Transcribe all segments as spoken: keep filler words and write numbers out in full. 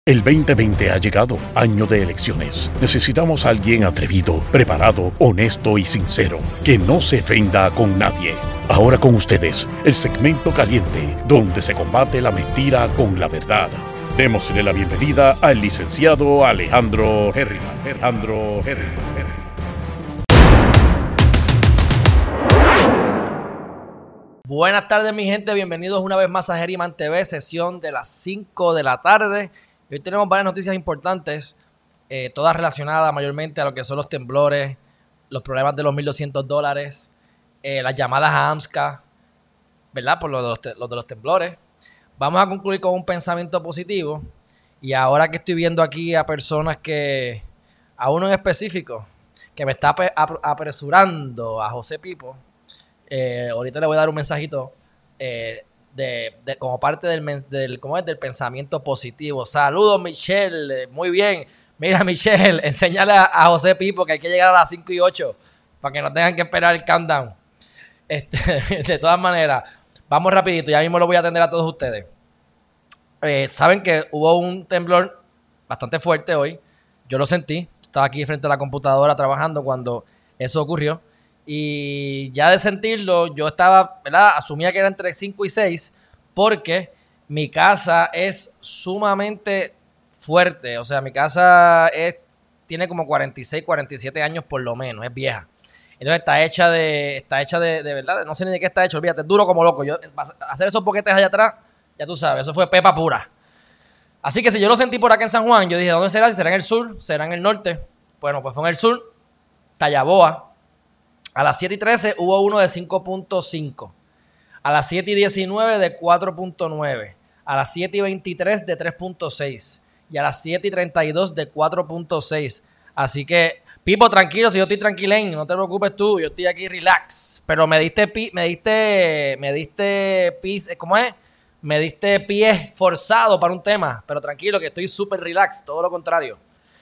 El veinte veinte ha llegado, año de elecciones. Necesitamos a alguien atrevido, preparado, honesto y sincero, que no se ofenda con nadie. Ahora con ustedes, el segmento caliente, donde se combate la mentira con la verdad. Démosle la bienvenida al licenciado Alejandro Herrera. Alejandro Herrera. Buenas tardes, mi gente. Bienvenidos una vez más a Geriman T V, sesión de las cinco de la tarde. Hoy tenemos varias noticias importantes, eh, todas relacionadas mayormente a lo que son los temblores, los problemas de los mil doscientos dólares, eh, las llamadas a AMSCA, ¿verdad? Por lo de, los te- lo de los temblores. Vamos a concluir con un pensamiento positivo. Y ahora que estoy viendo aquí a personas que, a uno en específico, que me está ape- ap- apresurando, a José Pipo, eh, ahorita le voy a dar un mensajito eh, de, de- como parte del, men- del, ¿cómo es? Del pensamiento positivo. Saludos, Michelle. Eh, Muy bien. Mira, Michelle, enséñale a, a José Pipo que hay que llegar a las cinco y ocho para que no tengan que esperar el countdown. Este, de todas maneras, vamos rapidito. Ya mismo lo voy a atender a todos ustedes. Eh, Saben que hubo un temblor bastante fuerte hoy. Yo lo sentí. Estaba aquí frente a la computadora trabajando cuando eso ocurrió. Y ya de sentirlo, yo estaba, ¿verdad? Asumía que era entre cinco y seis porque mi casa es sumamente fuerte. O sea, mi casa es, tiene como cuarenta y seis, cuarenta y siete años por lo menos. Es vieja. Entonces está hecha de, está hecha de, de verdad, no sé ni de qué está hecho, olvídate, es duro como loco. Yo, hacer esos boquetes allá atrás, ya tú sabes, eso fue pepa pura. Así que si yo lo sentí por acá en San Juan, yo dije, ¿dónde será? Si será en el sur, será en el norte. Bueno, pues fue en el sur, Tallaboa. A las siete y trece hubo uno de cinco punto cinco. A las siete y diecinueve de cuatro punto nueve. A las siete y veintitrés de tres punto seis. Y a las siete y treinta y dos de cuatro punto seis. Así que, Pipo, tranquilo, si yo estoy tranquilen, no te preocupes tú, yo estoy aquí relax. Pero me diste, pi, me diste, me diste pis, ¿cómo es? Me diste pie forzado para un tema, pero tranquilo que estoy súper relax, todo lo contrario.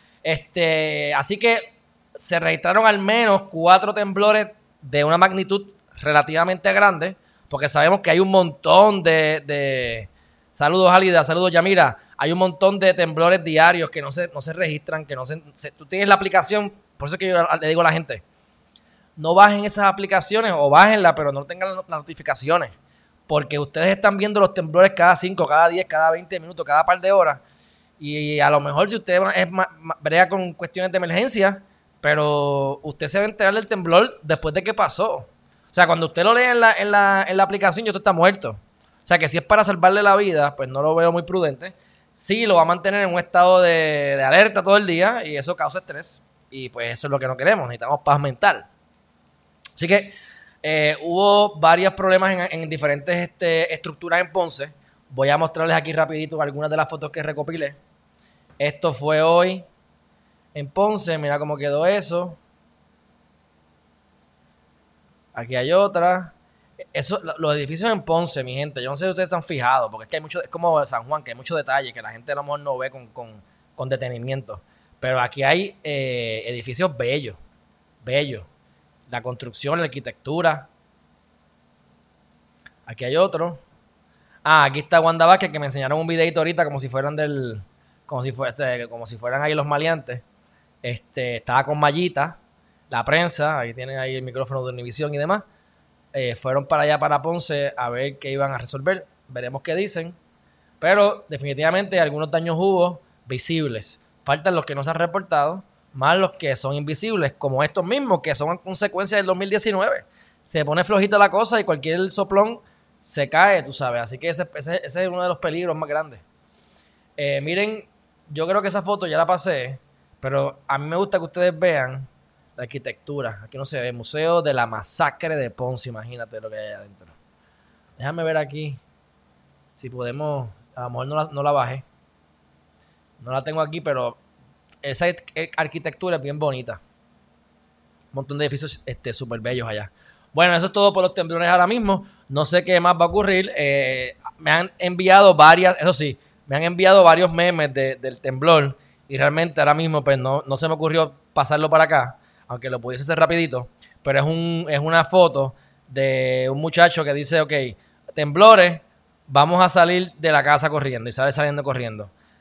Este, así que se registraron al menos cuatro temblores de una magnitud relativamente grande, porque sabemos que hay un montón de, de saludos Álida, saludos Yamira, hay un montón de temblores diarios que no se, no se registran, que no se, se, tú tienes la aplicación, por eso es que yo le digo a la gente, no bajen esas aplicaciones o bájenlas, pero no tengan las notificaciones, porque ustedes están viendo los temblores cada cinco, cada diez, cada veinte minutos, cada par de horas, y a lo mejor si usted es ma, ma, brega con cuestiones de emergencia, pero usted se va a enterar del temblor después de que pasó. O sea, cuando usted lo lee en la, en la, en la aplicación, ya usted está muerto. O sea, que si es para salvarle la vida, pues no lo veo muy prudente. Sí, lo va a mantener en un estado de, de alerta todo el día y eso causa estrés. Y pues eso es lo que no queremos, necesitamos paz mental. Así que eh, hubo varios problemas en, en diferentes este, estructuras en Ponce. Voy a mostrarles aquí rapidito algunas de las fotos que recopilé. Esto fue hoy en Ponce, mira cómo quedó eso. Aquí hay otra. Eso, los edificios en Ponce, mi gente, yo no sé si ustedes están fijados, porque es que hay mucho, es como San Juan, que hay mucho detalle que la gente a lo mejor no ve con, con, con detenimiento. Pero aquí hay eh, edificios bellos, bellos. La construcción, la arquitectura. Aquí hay otro. Ah, aquí está Wanda Vázquez, que me enseñaron un videito ahorita como si fueran del, como si fuese, como si fueran ahí los maleantes. Este, estaba con Mayita, la prensa, ahí tienen ahí el micrófono de Univisión y demás. Eh, fueron para allá, para Ponce, a ver qué iban a resolver. Veremos qué dicen. Pero definitivamente algunos daños hubo visibles. Faltan los que no se han reportado, más los que son invisibles, como estos mismos, que son consecuencia del dos mil diecinueve. Se pone flojita la cosa y cualquier soplón se cae, tú sabes. Así que ese, ese, ese es uno de los peligros más grandes. Eh, miren, yo creo que esa foto ya la pasé, pero a mí me gusta que ustedes vean la arquitectura. Aquí no se ve, Museo de la Masacre de Ponce, imagínate lo que hay ahí adentro. Déjame ver aquí si podemos, a lo mejor no la, no la bajé. No la tengo aquí, pero esa arquitectura es bien bonita. Un montón de edificios este, súper bellos allá. Bueno, eso es todo por los temblores ahora mismo. No sé qué más va a ocurrir. Eh, me han enviado varias, eso sí, me han enviado varios memes de, del temblor y realmente ahora mismo pues no, no se me ocurrió pasarlo para acá, aunque lo pudiese hacer rapidito, pero es, un, es una foto de un muchacho que dice, ok, temblores, vamos a salir de la casa corriendo y sale saliendo corriendo.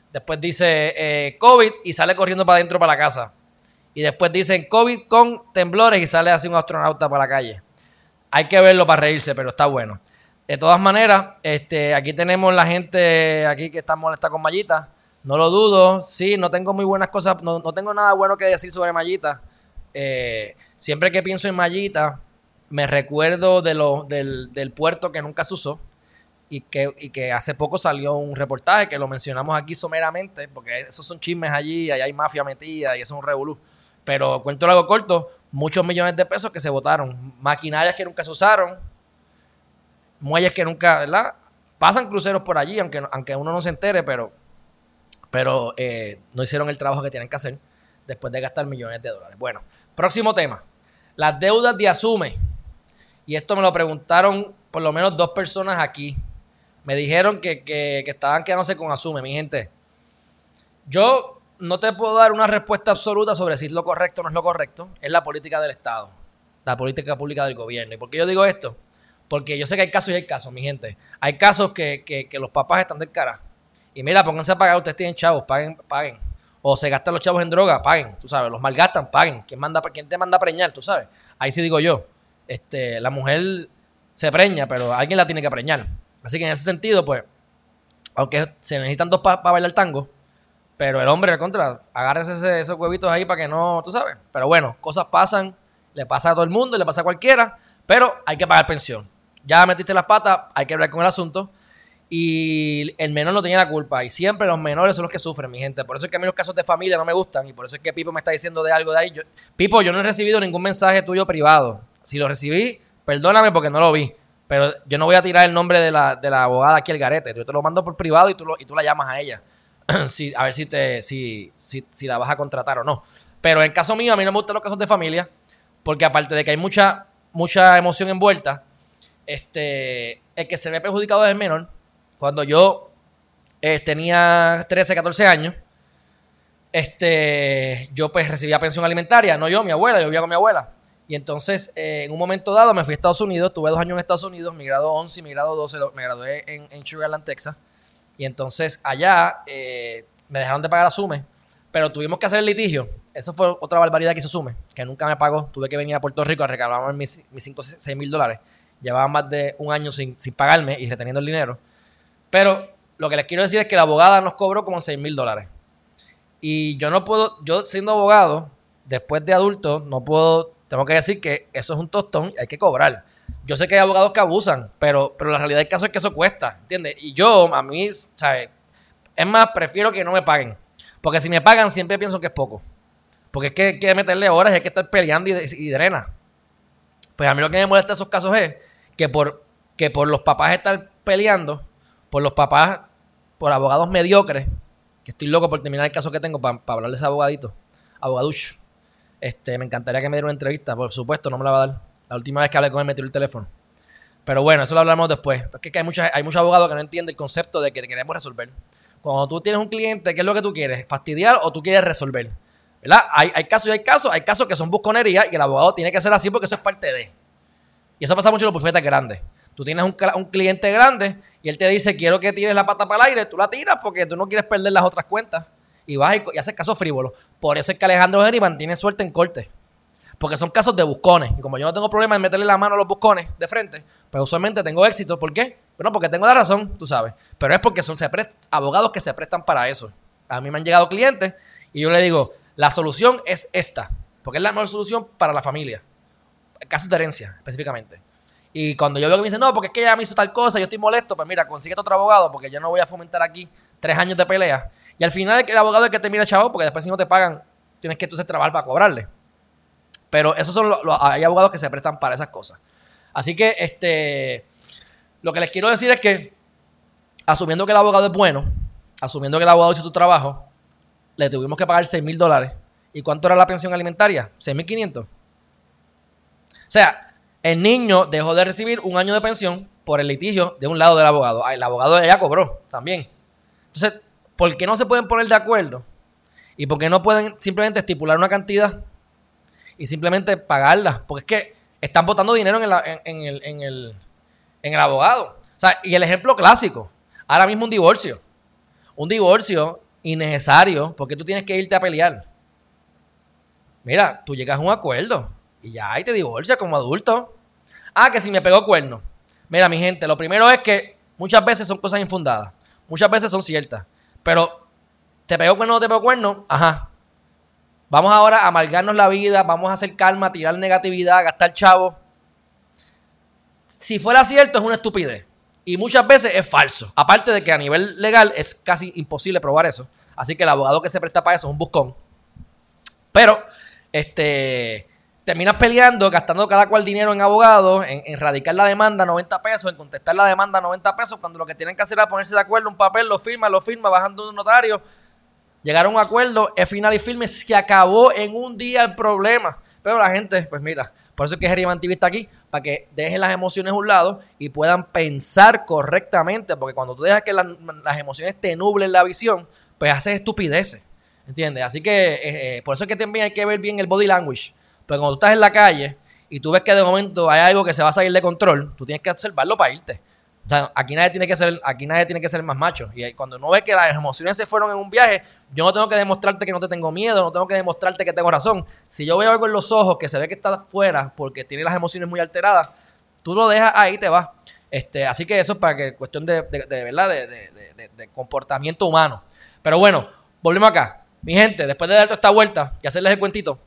Después dice eh, COVID y sale corriendo para adentro para la casa. Y después dicen COVID con temblores y sale así un astronauta para la calle. Hay que verlo para reírse, pero está bueno. De todas maneras, este, aquí tenemos la gente aquí que está molesta con Mayita. No lo dudo. Sí, no tengo muy buenas cosas. No, no tengo nada bueno que decir sobre Mayita. Eh, siempre que pienso en Mayita, me recuerdo de lo, del, del puerto que nunca se usó. Y que, y que hace poco salió un reportaje que lo mencionamos aquí someramente, porque esos son chismes allí, allá hay mafia metida y eso es un revolú. Pero cuento algo corto, muchos millones de pesos que se botaron, maquinarias que nunca se usaron, muelles que nunca, ¿verdad? Pasan cruceros por allí, aunque, aunque uno no se entere, pero, pero eh, no hicieron el trabajo que tienen que hacer después de gastar millones de dólares. Bueno, próximo tema, las deudas de Asume. Y esto me lo preguntaron por lo menos dos personas aquí. Me dijeron que, que, que estaban quedándose con Asume, mi gente. Yo no te puedo dar una respuesta absoluta sobre si es lo correcto o no es lo correcto. Es la política del Estado, la política pública del gobierno. ¿Y por qué yo digo esto? Porque yo sé que hay casos y hay casos, mi gente. Hay casos que, que, que los papás están del cara. Y mira, pónganse a pagar, ustedes tienen chavos, paguen, paguen. O se gastan los chavos en droga, paguen, tú sabes. Los malgastan, paguen. ¿Quién, manda, quién te manda a preñar, tú sabes? Ahí sí digo yo. Este, la mujer se preña, pero alguien la tiene que preñar. Así que en ese sentido, pues, aunque se necesitan dos para pa bailar tango, pero el hombre, de contra, agárrese ese, esos huevitos ahí para que no, tú sabes. Pero bueno, cosas pasan, le pasa a todo el mundo, le pasa a cualquiera, pero hay que pagar pensión. Ya metiste las patas, hay que hablar con el asunto. Y el menor no tenía la culpa. Y siempre los menores son los que sufren, mi gente. Por eso es que a mí los casos de familia no me gustan. Y por eso es que Pipo me está diciendo de algo de ahí. Yo, Pipo, yo no he recibido ningún mensaje tuyo privado. Si lo recibí, perdóname porque no lo vi. Pero yo no voy a tirar el nombre de la, de la abogada aquí al garete. Yo te lo mando por privado y tú, lo, y tú la llamas a ella. si, a ver si, te, si, si, si la vas a contratar o no. Pero en el caso mío, a mí no me gustan los casos de familia. Porque aparte de que hay mucha, mucha emoción envuelta, este, el que se ve perjudicado es el menor. Cuando yo eh, tenía trece, catorce años, este, yo pues recibía pensión alimentaria. No yo, mi abuela. Yo vivía con mi abuela. Y entonces, eh, en un momento dado, me fui a Estados Unidos. Tuve dos años en Estados Unidos. Mi grado once y mi grado doce. Me gradué en, en Sugarland, Texas. Y entonces, allá, eh, me dejaron de pagar Asume. Pero tuvimos que hacer el litigio. Eso fue otra barbaridad que hizo Asume, que nunca me pagó. Tuve que venir a Puerto Rico a reclamarme mis, mis cinco, seis mil dólares. Llevaba más de un año sin, sin pagarme y reteniendo el dinero. Pero lo que les quiero decir es que la abogada nos cobró como seis mil dólares. Y yo no puedo, yo siendo abogado, después de adulto, no puedo, tengo que decir que eso es un tostón y hay que cobrar. Yo sé que hay abogados que abusan, pero, pero la realidad del caso es que eso cuesta, ¿entiendes? Y yo, a mí, ¿sabes? Es más, prefiero que no me paguen. Porque si me pagan, siempre pienso que es poco. Porque es que hay que meterle horas, hay que estar peleando y, y drena. Pues a mí lo que me molesta de esos casos es que por, que por los papás estar peleando, por los papás, por abogados mediocres, que estoy loco por terminar el caso que tengo para pa hablar de ese abogadito, abogaducho. Este, me encantaría que me diera una entrevista, por supuesto, no me la va a dar. La última vez que hablé con él me tiró el teléfono. Pero bueno, eso lo hablamos después. Es que hay muchos hay muchos abogados que no entienden el concepto de que queremos resolver. Cuando tú tienes un cliente, ¿qué es lo que tú quieres? ¿Fastidiar o tú quieres resolver? ¿Verdad? Hay, hay casos y hay casos. Hay casos que son busconerías y el abogado tiene que ser así porque eso es parte de. Y eso pasa mucho en los bufetes grandes. Tú tienes un, un cliente grande y él te dice, quiero que tires la pata para el aire. Tú la tiras porque tú no quieres perder las otras cuentas. Y vas y, y haces casos frívolos. Por eso es que Alejandro Geniman tiene suerte en corte. Porque son casos de buscones. Y como yo no tengo problema en meterle la mano a los buscones de frente, pues usualmente tengo éxito. ¿Por qué? Bueno, porque tengo la razón, tú sabes. Pero es porque son se prest- abogados que se prestan para eso. A mí me han llegado clientes y yo le digo, la solución es esta. Porque es la mejor solución para la familia. Casos de herencia, específicamente. Y cuando yo veo que me dicen, no, porque es que ella me hizo tal cosa, yo estoy molesto, pues mira, consíguete otro abogado porque yo no voy a fomentar aquí tres años de pelea. Y al final el abogado es el que te mira, chavo, porque después si no te pagan, tienes que entonces trabajar para cobrarle. Pero esos son los, los, hay abogados que se prestan para esas cosas. Así que este, lo que les quiero decir es que, asumiendo que el abogado es bueno, asumiendo que el abogado hizo su trabajo, le tuvimos que pagar seis mil dólares. ¿Y cuánto era la pensión alimentaria? seis mil quinientos. O sea, el niño dejó de recibir un año de pensión por el litigio de un lado del abogado. El abogado de ella cobró también. Entonces, ¿por qué no se pueden poner de acuerdo? ¿Y por qué no pueden simplemente estipular una cantidad y simplemente pagarla? Porque es que están botando dinero en el, en, en el, en el, en el abogado. O sea, y el ejemplo clásico, ahora mismo un divorcio. Un divorcio, innecesario, porque tú tienes que irte a pelear. Mira, tú llegas a un acuerdo y ya ahí te divorcias como adulto. Ah, que si me pegó cuerno. Mira, mi gente, lo primero es que muchas veces son cosas infundadas. Muchas veces son ciertas. Pero, ¿te pegó cuerno o no te pegó cuerno? Ajá. Vamos ahora a amargarnos la vida, vamos a hacer calma, tirar negatividad, gastar chavo. Si fuera cierto, es una estupidez. Y muchas veces es falso. Aparte de que a nivel legal es casi imposible probar eso. Así que el abogado que se presta para eso es un buscón. Pero, este, terminas peleando, gastando cada cual dinero en abogados, en, en radicar la demanda noventa pesos, en contestar la demanda noventa pesos, cuando lo que tienen que hacer es ponerse de acuerdo, un papel, lo firma, lo firma, bajando de un notario. Llegaron a un acuerdo, es final y firme, se acabó en un día el problema. Pero la gente, pues mira, por eso es que Jerry Mantivi está aquí, para que dejen las emociones a un lado y puedan pensar correctamente, porque cuando tú dejas que la, las emociones te nublen la visión, pues haces estupideces, ¿entiendes? Así que eh, eh, por eso es que también hay que ver bien el body language, porque cuando tú estás en la calle y tú ves que de momento hay algo que se va a salir de control, tú tienes que observarlo para irte. O sea, aquí nadie tiene que ser, aquí nadie tiene que ser el más macho. Y cuando no ves que las emociones se fueron en un viaje, yo no tengo que demostrarte que no te tengo miedo, no tengo que demostrarte que tengo razón. Si yo veo algo en los ojos que se ve que está fuera porque tiene las emociones muy alteradas, tú lo dejas ahí y te vas. Este, así que eso es para que cuestión de, de, de verdad, de, de, de, de comportamiento humano. Pero bueno, volvemos acá. Mi gente, después de dar toda esta vuelta y hacerles el cuentito,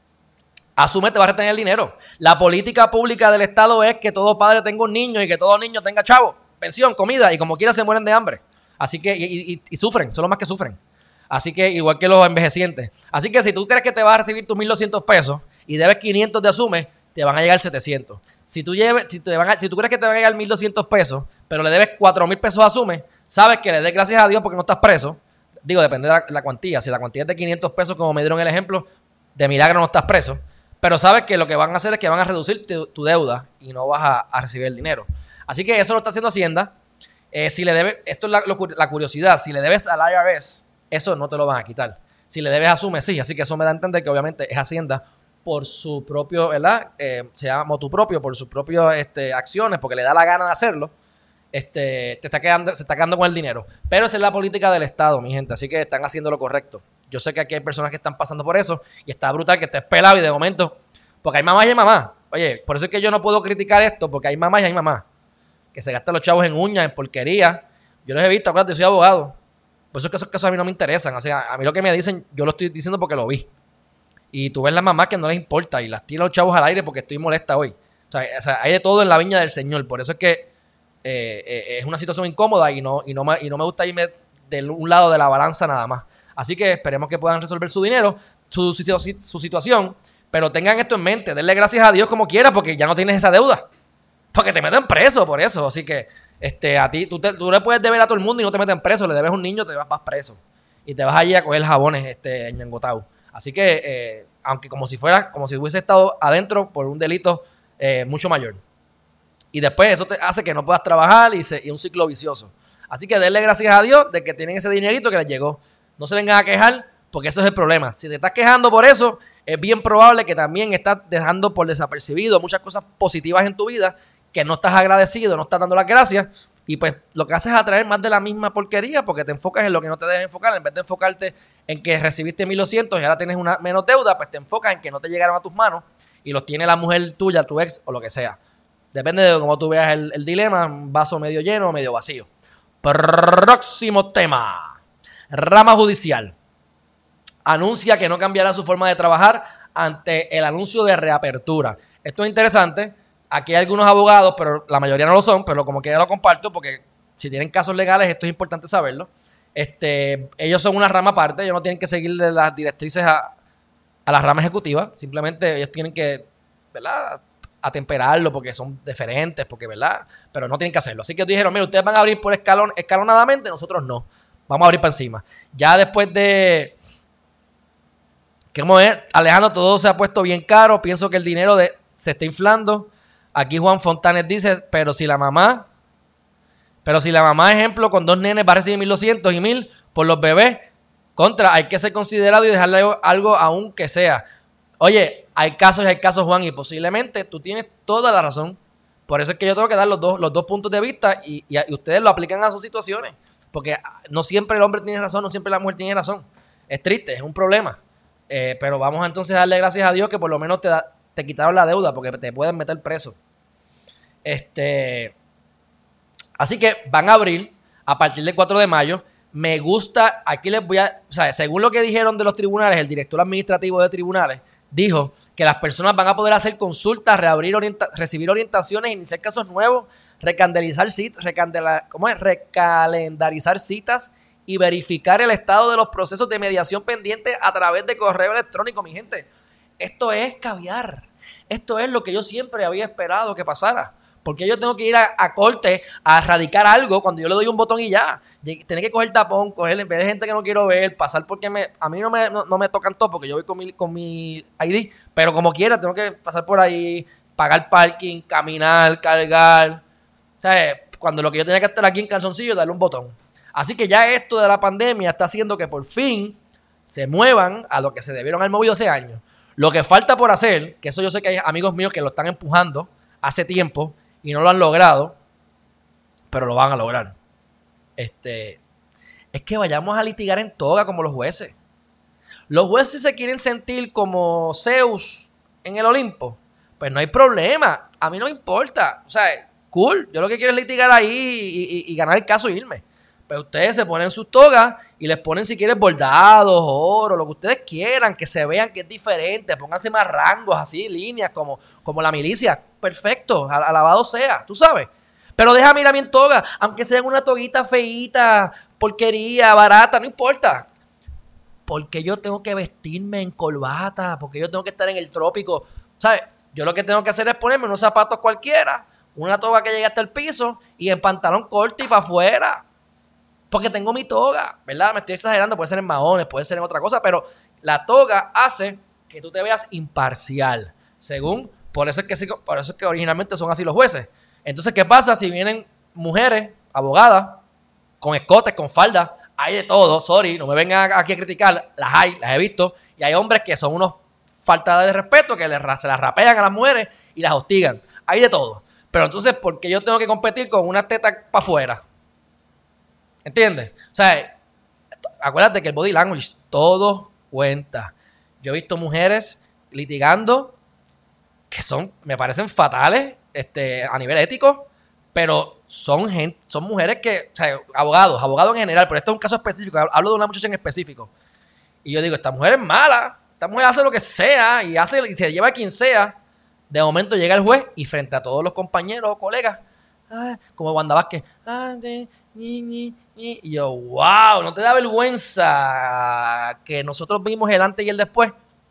asume te va a retener el dinero. La política pública del Estado es que todo padre tenga un niño y que todo niño tenga chavo, pensión, comida, y como quiera se mueren de hambre. Así que, y, y, y sufren, son los más que sufren. Así que, igual que los envejecientes. Así que si tú crees que te vas a recibir tus mil doscientos pesos y debes quinientos de asume, te van a llegar setecientos. Si tú, lleves, si, te van a, si tú crees que te van a llegar mil doscientos pesos, pero le debes cuatro mil pesos a asume, sabes que le des gracias a Dios porque no estás preso. Digo, depende de la, la cuantía. Si la cuantía es de quinientos pesos, como me dieron el ejemplo, de milagro no estás preso. Pero sabes que lo que van a hacer es que van a reducir tu, tu deuda y no vas a, a recibir el dinero. Así que eso lo está haciendo Hacienda. Eh, si le debes, esto es la, lo, la curiosidad, si le debes al I R S, eso no te lo van a quitar. Si le debes asume, sí. Así que eso me da a entender que obviamente es Hacienda por su propio, ¿verdad? Eh, se llama motu propio, por sus propias este, acciones, porque le da la gana de hacerlo. Este, te está quedando, se está quedando con el dinero. Pero esa es la política del Estado, mi gente. Así que están haciendo lo correcto. Yo sé que aquí hay personas que están pasando por eso y está brutal que estés pelado y de momento, porque hay mamás y hay mamás. Oye, por eso es que yo no puedo criticar esto, porque hay mamás y hay mamás que se gastan los chavos en uñas, en porquería. Yo los he visto, acuérdate, yo soy abogado. Por eso es que esos casos a mí no me interesan. O sea, a mí lo que me dicen, yo lo estoy diciendo porque lo vi. Y tú ves las mamás que no les importa y las tiran los chavos al aire porque estoy molesta hoy. O sea, o sea hay de todo en la viña del Señor. Por eso es que eh, eh, es una situación incómoda y no, y, no me, y no me gusta irme de un lado de la balanza nada más. Así que esperemos que puedan resolver su dinero, su, su, su situación, pero tengan esto en mente, denle gracias a Dios como quiera porque ya no tienes esa deuda, porque te meten preso por eso. Así que este, a ti, tú, te, tú le puedes deber a todo el mundo y no te meten preso, le debes a un niño, te vas, vas preso y te vas allí a coger jabones este, en Ñangotau. Así que, eh, aunque como si fuera, como si hubiese estado adentro por un delito eh, mucho mayor. Y después eso te hace que no puedas trabajar y, se, y un ciclo vicioso. Así que denle gracias a Dios de que tienen ese dinerito que les llegó. No se vengan a quejar porque eso es el problema. Si te estás quejando por eso, es bien probable que también estás dejando por desapercibido muchas cosas positivas en tu vida, que no estás agradecido, no estás dando las gracias. Y pues lo que haces es atraer más de la misma porquería porque te enfocas en lo que no te debes enfocar. En vez de enfocarte en que recibiste mil doscientos y ahora tienes una menos deuda, pues te enfocas en que no te llegaron a tus manos y los tiene la mujer tuya, tu ex o lo que sea. Depende de cómo tú veas el, el dilema, un vaso medio lleno o medio vacío. Próximo tema. Rama judicial. Anuncia que no cambiará su forma de trabajar ante el anuncio de reapertura. Esto es interesante. Aquí hay algunos abogados, pero la mayoría no lo son, pero como que ya lo comparto porque si tienen casos legales esto es importante saberlo. Este, ellos son una rama aparte, ellos no tienen que seguirle las directrices a, a la rama ejecutiva, simplemente ellos tienen que, ¿verdad?, atemperarlo porque son diferentes, porque, ¿verdad?, pero no tienen que hacerlo. Así que dijeron, mira, ustedes van a abrir por escalón, escalonadamente, nosotros no, vamos a abrir para encima. Ya después de, ¿cómo es? Alejandro, todo se ha puesto bien caro, pienso que el dinero de, se está inflando. Aquí Juan Fontanes dice, pero si la mamá, pero si la mamá, ejemplo, con dos nenes va a recibir mil doscientos y mil por los bebés, contra, hay que ser considerado y dejarle algo aunque sea. Oye, hay casos y hay casos, Juan, y posiblemente tú tienes toda la razón. Por eso es que yo tengo que dar los dos, los dos puntos de vista y, y, y ustedes lo aplican a sus situaciones. porque no siempre el hombre tiene razón, no siempre la mujer tiene razón. Es triste, es un problema. Eh, pero vamos entonces a darle gracias a Dios que por lo menos te, da, te quitaron la deuda, porque te pueden meter preso. Este, así que van a abrir a partir del cuatro de mayo. Me gusta, aquí les voy a, o sea, según lo que dijeron de los tribunales, el director administrativo de tribunales dijo que las personas van a poder hacer consultas, reabrir orienta, recibir orientaciones, iniciar casos nuevos, recandelizar citas, recandela, ¿cómo es? recalendarizar citas y verificar el estado de los procesos de mediación pendientes a través de correo electrónico, mi gente. Esto es caviar. Esto es lo que yo siempre había esperado que pasara. Porque yo tengo que ir a, a corte a radicar algo cuando yo le doy un botón y ya. Tener que coger tapón, coger, ver gente que no quiero ver, pasar porque me, a mí no me, no, no me tocan todo porque yo voy con mi, con mi I D. Pero como quiera, tengo que pasar por ahí, pagar parking, caminar, cargar. O sea, cuando lo que yo tenía que estar aquí en calzoncillo, darle un botón. Así que ya esto de la pandemia está haciendo que por fin se muevan a lo que se debieron haber movido hace años. Lo que falta por hacer, que eso yo sé que hay amigos míos que lo están empujando hace tiempo, y no lo han logrado, pero lo van a lograr. Este, es que vayamos a litigar en toga como los jueces. Los jueces se quieren sentir como Zeus en el Olimpo. Pues no hay problema. A mí no me importa. O sea, cool. Yo lo que quiero es litigar ahí y, y, y ganar el caso y irme. Pero ustedes se ponen sus togas y les ponen, si quieren, bordados, oro, lo que ustedes quieran, que se vean que es diferente. Pónganse más rangos, así, líneas, como, como la milicia. Perfecto, alabado sea, tú sabes. Pero déjame ir a mi toga, aunque sea una toguita feíta, porquería, barata, no importa. Porque yo tengo que vestirme en corbata, porque yo tengo que estar en el trópico. ¿Sabes? Yo lo que tengo que hacer es ponerme unos zapatos cualquiera, una toga que llegue hasta el piso y en pantalón corto y para afuera. Porque tengo mi toga, ¿verdad? Me estoy exagerando, puede ser en mahones, puede ser en otra cosa, pero la toga hace que tú te veas imparcial. Según, por eso es que, por eso es que originalmente son así los jueces. Entonces, ¿qué pasa si vienen mujeres, abogadas, con escotes, con falda? Hay de todo, sorry, no me vengan aquí a criticar, las hay, las he visto. Y hay hombres que son unos faltas de respeto, que les, se las rapean a las mujeres y las hostigan. Hay de todo. Pero entonces, ¿por qué yo tengo que competir con una teta para afuera? ¿Entiendes? O sea, acuérdate que el body language todo cuenta. Yo he visto mujeres litigando que son, me parecen fatales este, a nivel ético, pero son gente, son mujeres que, o sea, abogados, abogados en general, pero esto es un caso específico, hablo de una muchacha en específico. Y yo digo, esta mujer es mala, esta mujer hace lo que sea y, hace, y se lleva a quien sea. De momento llega el juez y frente a todos los compañeros o colegas, ah, como Wanda Vázquez, ah, de, ni, ni, ni. Y yo, wow, ¿no te da vergüenza que nosotros vimos el antes y el después?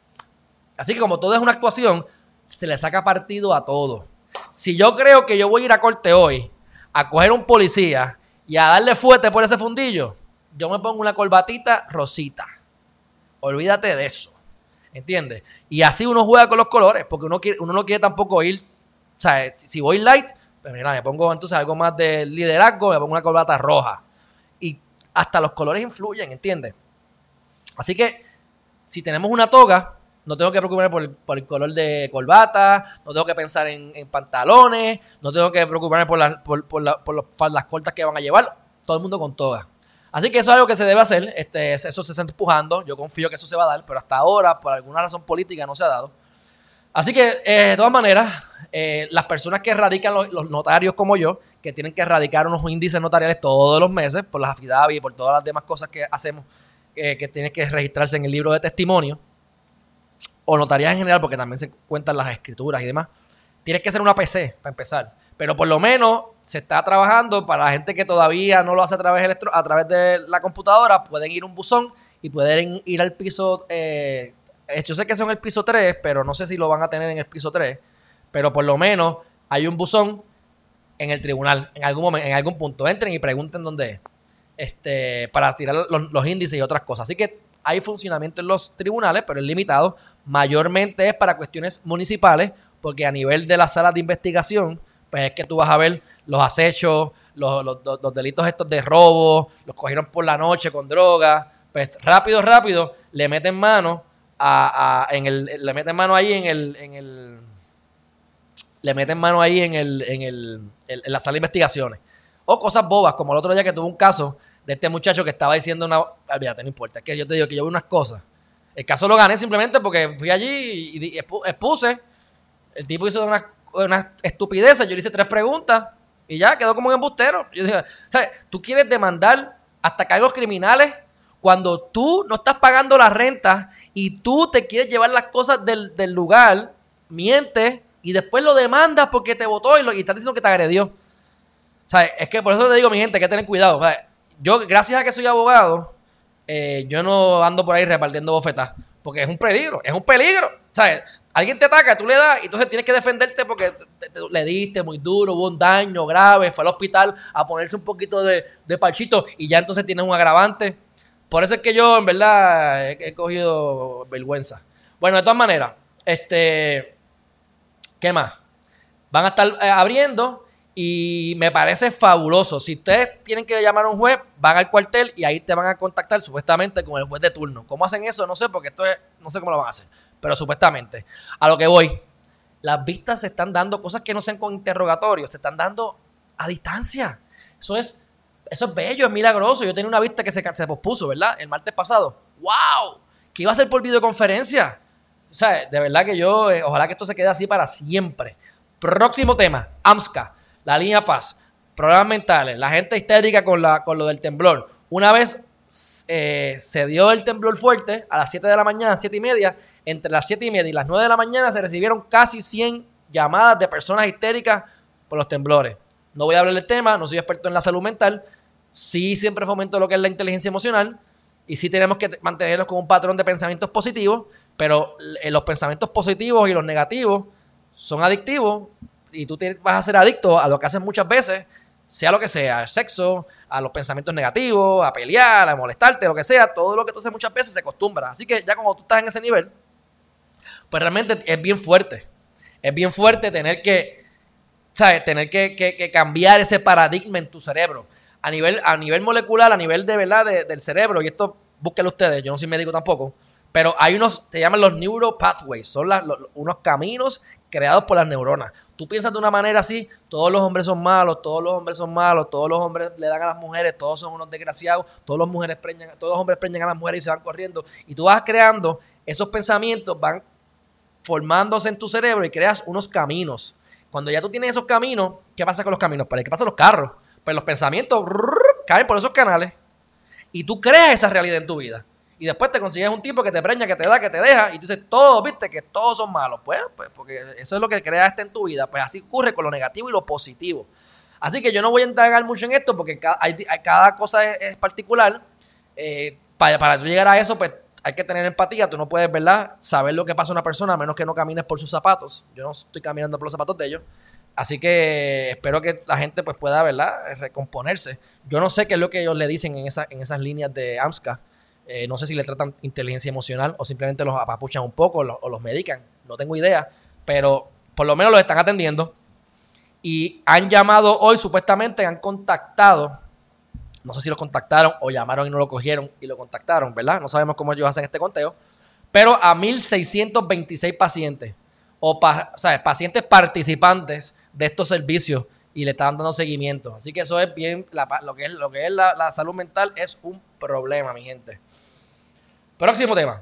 Así que como todo es una actuación, se le saca partido a todo. Si yo creo que yo voy a ir a corte hoy a coger un policía y a darle fuerte por ese fundillo, yo me pongo una corbatita rosita. Olvídate de eso. ¿Entiendes? Y así uno juega con los colores, porque uno, quiere, uno no quiere tampoco ir, o sea, si, si voy light, pues mira, me pongo entonces algo más de liderazgo, me pongo una corbata roja. Y hasta los colores influyen, ¿entiendes? Así que, si tenemos una toga, no tengo que preocuparme por el, por el color de corbata, no tengo que pensar en, en pantalones, no tengo que preocuparme por, la, por, por, la, por los, por las cortas que van a llevar, todo el mundo con toga. Así que eso es algo que se debe hacer, este, eso se está empujando, yo confío que eso se va a dar, pero hasta ahora, por alguna razón política, no se ha dado. Así que, eh, de todas maneras, eh, las personas que radican, los, los notarios como yo, que tienen que radicar unos índices notariales todos los meses, por las affidavits y por todas las demás cosas que hacemos, eh, que tienen que registrarse en el libro de testimonio, o notarías en general, porque también se cuentan las escrituras y demás, tienes que hacer una P C para empezar. Pero por lo menos se está trabajando para la gente que todavía no lo hace a través, electro, a través de la computadora, pueden ir a un buzón y pueden ir al piso, eh, yo sé que son el piso tres, pero no sé si lo van a tener en el piso tres, pero por lo menos hay un buzón en el tribunal, en algún momento, en algún punto, entren y pregunten dónde es, este, para tirar los, los índices y otras cosas. Así que hay funcionamiento en los tribunales, pero es limitado, mayormente es para cuestiones municipales, porque a nivel de las salas de investigación, pues es que tú vas a ver los acechos, los, los, los, los delitos estos de robo, los cogieron por la noche con droga, pues rápido, rápido, le meten mano a, a en el, le meten mano ahí en el, en el, le meten mano ahí en el, en el, en, en la sala de investigaciones. O cosas bobas, como el otro día que tuve un caso de este muchacho que estaba diciendo una... Olvídate, no importa, es que yo te digo que yo vi unas cosas. El caso lo gané simplemente porque fui allí y, y expuse. El tipo hizo unas una estupideces, yo le hice tres preguntas y ya, quedó como un embustero. Yo dije, ¿sabes? Tú quieres demandar hasta cargos criminales cuando tú no estás pagando la renta y tú te quieres llevar las cosas del, del lugar, mientes y después lo demandas porque te votó y, lo, y estás diciendo que te agredió. O sea, es que por eso te digo, mi gente, hay que tener cuidado. O sea, yo, gracias a que soy abogado, eh, yo no ando por ahí repartiendo bofetas, porque es un peligro, es un peligro. O sea, alguien te ataca, tú le das, y entonces tienes que defenderte porque te, te, le diste muy duro, hubo un daño grave, fue al hospital a ponerse un poquito de, de parchito y ya entonces tienes un agravante. Por eso es que yo, en verdad, he, he cogido vergüenza. Bueno, de todas maneras, este, ¿qué más? Van a estar eh, abriendo y me parece fabuloso. Si ustedes tienen que llamar a un juez, van al cuartel y ahí te van a contactar supuestamente con el juez de turno. ¿Cómo hacen eso? No sé, porque esto es, no sé cómo lo van a hacer, pero supuestamente. A lo que voy, las vistas se están dando, cosas que no sean con interrogatorios, se están dando a distancia. Eso es... Eso es bello, es milagroso. Yo tenía una vista que se, se pospuso, ¿verdad? El martes pasado. ¡Wow! Que iba a ser por videoconferencia. O sea, de verdad que yo, eh, ojalá que esto se quede así para siempre. Próximo tema, AMSCA, la línea Paz, problemas mentales, la gente histérica con, la, con lo del temblor. Una vez eh, se dio el temblor fuerte, a las siete de la mañana, siete y media, entre las siete y media y las nueve de la mañana se recibieron casi cien llamadas de personas histéricas por los temblores. No voy a hablar del tema, no soy experto en la salud mental. Sí siempre fomento lo que es la inteligencia emocional y sí tenemos que mantenernos con un patrón de pensamientos positivos, pero los pensamientos positivos y los negativos son adictivos y tú te vas a ser adicto a lo que haces muchas veces, sea lo que sea, al sexo, a los pensamientos negativos, a pelear, a molestarte, lo que sea, todo lo que tú haces muchas veces se acostumbra. Así que ya cuando tú estás en ese nivel, pues realmente es bien fuerte. Es bien fuerte tener que, ¿sabes? Tener que, que, que cambiar ese paradigma en tu cerebro. A nivel, a nivel molecular, a nivel de verdad de, del cerebro, y esto búsquenlo ustedes, yo no soy médico tampoco, pero hay unos, se llaman los neuropathways, son las, los, unos caminos creados por las neuronas. Tú piensas de una manera así, todos los hombres son malos, todos los hombres son malos, todos los hombres le dan a las mujeres, todos son unos desgraciados, todos los, mujeres preñan, todos los hombres preñan a las mujeres y se van corriendo. Y tú vas creando, esos pensamientos van formándose en tu cerebro y creas unos caminos. Cuando ya tú tienes esos caminos, ¿qué pasa con los caminos? ¿Qué pasa con los carros? Pues los pensamientos rrr, caen por esos canales y tú creas esa realidad en tu vida. Y después te consigues un tipo que te preña, que te da, que te deja y tú dices, todos, viste, que todos son malos. Pues, pues porque eso es lo que crea este en tu vida. Pues así ocurre con lo negativo y lo positivo. Así que yo no voy a indagar mucho en esto porque cada, hay, cada cosa es, es particular. Eh, para, para tú llegar a eso, pues hay que tener empatía. Tú no puedes, ¿verdad?, saber lo que pasa a una persona a menos que no camines por sus zapatos. Yo no estoy caminando por los zapatos de ellos. Así que espero que la gente pues pueda, ¿verdad?, recomponerse. Yo no sé qué es lo que ellos le dicen en, esa, en esas líneas de AMSCA. Eh, no sé si le tratan inteligencia emocional o simplemente los apapuchan un poco o los, o los medican. No tengo idea, pero por lo menos los están atendiendo. Y han llamado hoy, supuestamente han contactado, no sé si los contactaron o llamaron y no lo cogieron y lo contactaron, ¿verdad? No sabemos cómo ellos hacen este conteo. Pero a mil seiscientos veintiséis pacientes o, pa, o sea, pacientes participantes de estos servicios y le están dando seguimiento. Así que eso es bien, la, lo que es, lo que es la, la salud mental es un problema, mi gente. Próximo tema.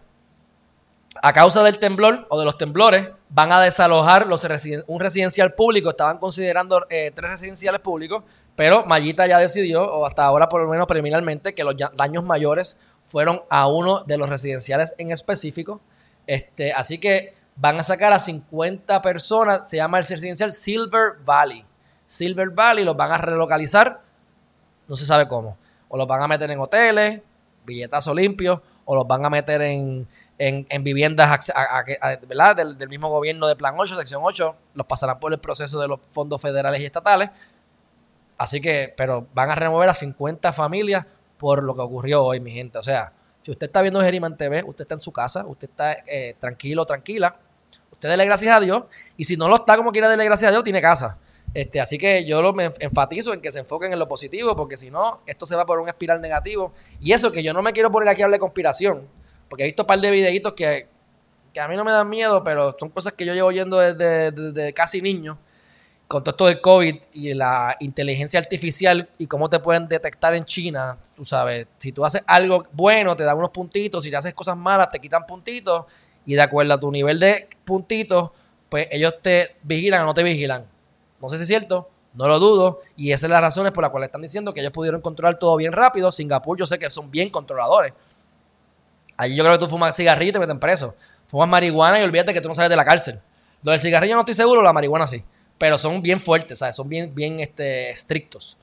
A causa del temblor o de los temblores, van a desalojar los residen- un residencial público. Estaban considerando eh, tres residenciales públicos, pero Mayita ya decidió, o hasta ahora por lo menos preliminarmente, que los daños mayores fueron a uno de los residenciales en específico. Este, así que van a sacar a cincuenta personas, se llama el residencial Silver Valley. Silver Valley los van a relocalizar, no se sabe cómo. O los van a meter en hoteles, billetazo limpio, o los van a meter en, en, en viviendas a, a, a, ¿verdad? Del, del mismo gobierno de Plan ocho, Sección ocho, los pasarán por el proceso de los fondos federales y estatales. Así que, pero van a remover a cincuenta familias por lo que ocurrió hoy, mi gente. O sea, si usted está viendo Geriman T V, usted está en su casa, usted está eh, tranquilo, tranquila, usted dele gracias a Dios, y si no lo está como quiera darle gracias a Dios, tiene casa. Este, así que yo lo me enfatizo en que se enfoquen en lo positivo, porque si no, esto se va por un espiral negativo. Y eso que yo no me quiero poner aquí a hablar de conspiración, porque he visto un par de videitos que, que a mí no me dan miedo, pero son cosas que yo llevo oyendo desde, desde casi niño. con todo esto del COVID y la inteligencia artificial y cómo te pueden detectar en China, tú sabes, si tú haces algo bueno te dan unos puntitos, si te haces cosas malas te quitan puntitos y de acuerdo a tu nivel de puntitos, pues ellos te vigilan o no te vigilan. No sé si es cierto, no lo dudo, y esas son las razones por las cuales están diciendo que ellos pudieron controlar todo bien rápido. Singapur yo sé que son bien controladores. Allí yo creo que tú fumas cigarrillo y te meten preso. Fumas marihuana y olvídate que tú no sales de la cárcel. Lo del cigarrillo no estoy seguro, la marihuana sí. Pero son bien fuertes, ¿sabes? Son bien, bien este, estrictos.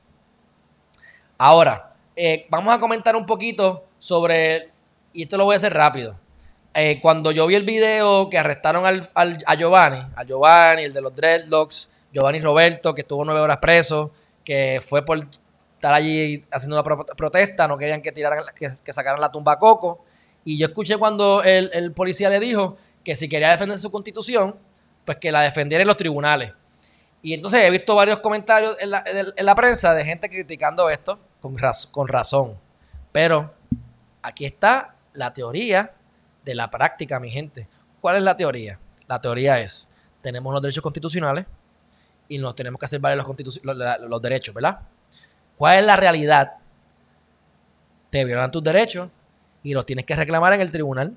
Ahora, eh, vamos a comentar un poquito sobre, y esto lo voy a hacer rápido. Eh, cuando yo vi el video que arrestaron al, al, a Giovanni, a Giovanni, el de los dreadlocks, Giovanni Roberto, que estuvo nueve horas preso, que fue por estar allí haciendo una pro protesta, no querían que tiraran, que, que sacaran la tumba a Coco. Y yo escuché cuando el, el policía le dijo que si quería defender su constitución, pues que la defendiera en los tribunales. Y entonces he visto varios comentarios en la, en, en la prensa de gente criticando esto con, raz con razón. Pero aquí está la teoría de la práctica, mi gente. ¿Cuál es la teoría? La teoría es, tenemos los derechos constitucionales y nos tenemos que hacer valer los, los, los derechos, ¿verdad? ¿Cuál es la realidad? Te violan tus derechos y los tienes que reclamar en el tribunal.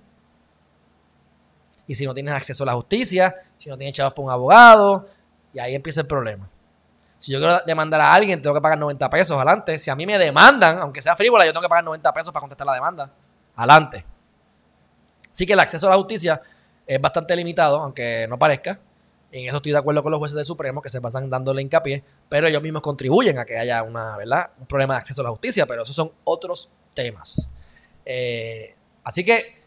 Y si no tienes acceso a la justicia, si no tienes chavos para un abogado, y ahí empieza el problema. Si yo quiero demandar a alguien, tengo que pagar noventa pesos adelante. Si a mí me demandan, aunque sea frívola, yo tengo que pagar noventa pesos para contestar la demanda. Adelante. Así que el acceso a la justicia es bastante limitado, aunque no parezca. En eso estoy de acuerdo con los jueces del Supremo, que se pasan dándole hincapié, pero ellos mismos contribuyen a que haya una, ¿verdad? un problema de acceso a la justicia, pero esos son otros temas. Eh, así que